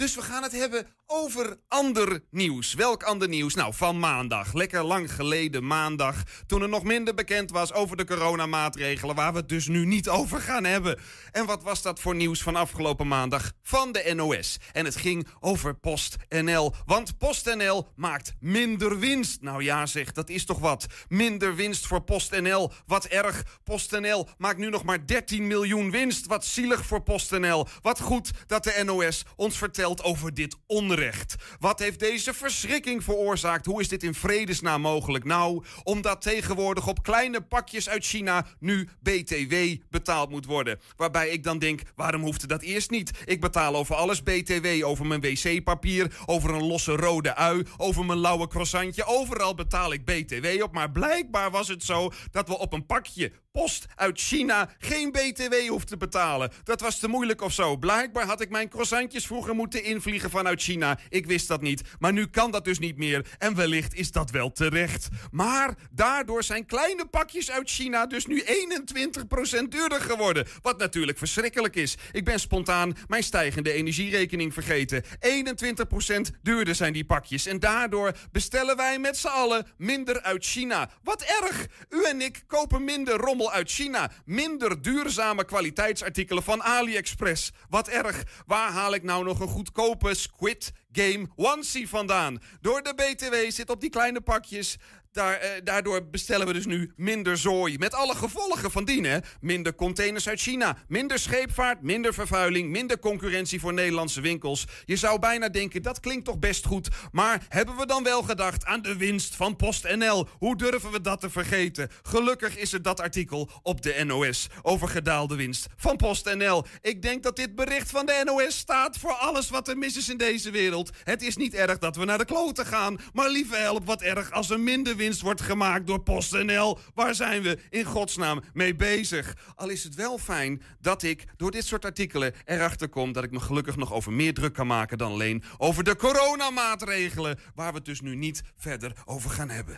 het hebben over ander nieuws. Welk ander nieuws? Nou, van maandag. Lekker lang geleden maandag. Toen er nog minder bekend was over de coronamaatregelen, waar we het dus nu niet over gaan hebben. En wat was dat voor nieuws van afgelopen maandag? Van de N O S. En het ging over PostNL. Want PostNL maakt minder winst. Nou ja zeg, dat is toch wat. Minder winst voor PostNL. Wat erg. PostNL maakt nu nog maar dertien miljoen winst. Wat zielig voor PostNL. Wat goed dat de N O S ons vertelt over dit onrecht. Wat heeft deze verschrikking veroorzaakt? Hoe is dit in vredesnaam mogelijk? Nou, omdat tegenwoordig op kleine pakjes uit China nu B T W betaald moet worden. Waarbij ik dan denk, waarom hoefde dat eerst niet? Ik betaal over alles B T W. Over mijn wc-papier, over een losse rode ui, over mijn lauwe croissantje. Overal betaal ik B T W op. Maar blijkbaar was het zo dat we op een pakje post uit China geen B T W hoeft te betalen. Dat was te moeilijk of zo. Blijkbaar had ik mijn croissantjes vroeger moeten invliegen vanuit China. Ik wist dat niet. Maar nu kan dat dus niet meer. En wellicht is dat wel terecht. Maar daardoor zijn kleine pakjes uit China dus nu eenentwintig procent duurder geworden. Wat natuurlijk verschrikkelijk is. Ik ben spontaan mijn stijgende energierekening vergeten. eenentwintig procent duurder zijn die pakjes. En daardoor bestellen wij met z'n allen minder uit China. Wat erg! U en ik kopen minder rommel uit China. Minder duurzame kwaliteitsartikelen van AliExpress. Wat erg. Waar haal ik nou nog een goedkope Squid Game onesie vandaan? Door de B T W zit op die kleine pakjes. Daar, eh, daardoor bestellen we dus nu minder zooi. Met alle gevolgen van dien, hè? Minder containers uit China, minder scheepvaart, minder vervuiling, minder concurrentie voor Nederlandse winkels. Je zou bijna denken, dat klinkt toch best goed. Maar hebben we dan wel gedacht aan de winst van PostNL? Hoe durven we dat te vergeten? Gelukkig is er dat artikel op de N O S over gedaalde winst van PostNL. Ik denk dat dit bericht van de N O S staat voor alles wat er mis is in deze wereld. Het is niet erg dat we naar de kloten gaan, maar lieve help, wat erg als er minder winst wordt gemaakt door PostNL. Waar zijn we in godsnaam mee bezig? Al is het wel fijn dat ik door dit soort artikelen erachter kom dat ik me gelukkig nog over meer druk kan maken dan alleen over de coronamaatregelen, waar we het dus nu niet verder over gaan hebben.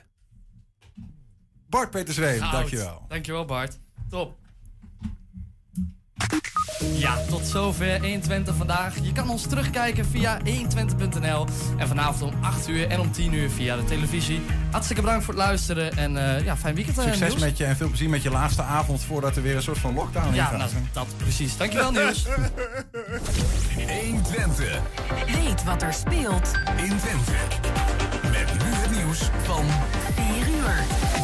Bart Peter Zweem, Goud. dankjewel. Dankjewel Bart. Top. Ja, tot zover honderdtwintig vandaag. Je kan ons terugkijken via honderdtwintig punt n l. En vanavond om acht uur en om tien uur via de televisie. Hartstikke bedankt voor het luisteren. En uh, ja, fijn weekend. Succes Niels. met je en veel plezier met je laatste avond voordat er weer een soort van lockdown in Ja, gaat. nou, dat precies. Dankjewel Niels. honderdtwintig. Weet wat er speelt in Twente. Met nu het nieuws van vier uur.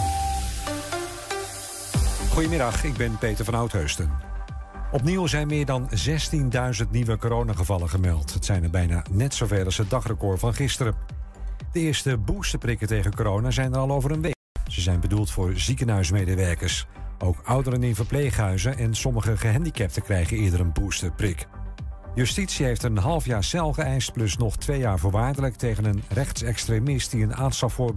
Goedemiddag, ik ben Peter van Oudheusden. Opnieuw zijn meer dan zestienduizend nieuwe coronagevallen gemeld. Het zijn er bijna net zoveel als het dagrecord van gisteren. De eerste boosterprikken tegen corona zijn er al over een week. Ze zijn bedoeld voor ziekenhuismedewerkers. Ook ouderen in verpleeghuizen en sommige gehandicapten krijgen eerder een boosterprik. Justitie heeft een half jaar cel geëist plus nog twee jaar voorwaardelijk tegen een rechtsextremist die een aanslag voor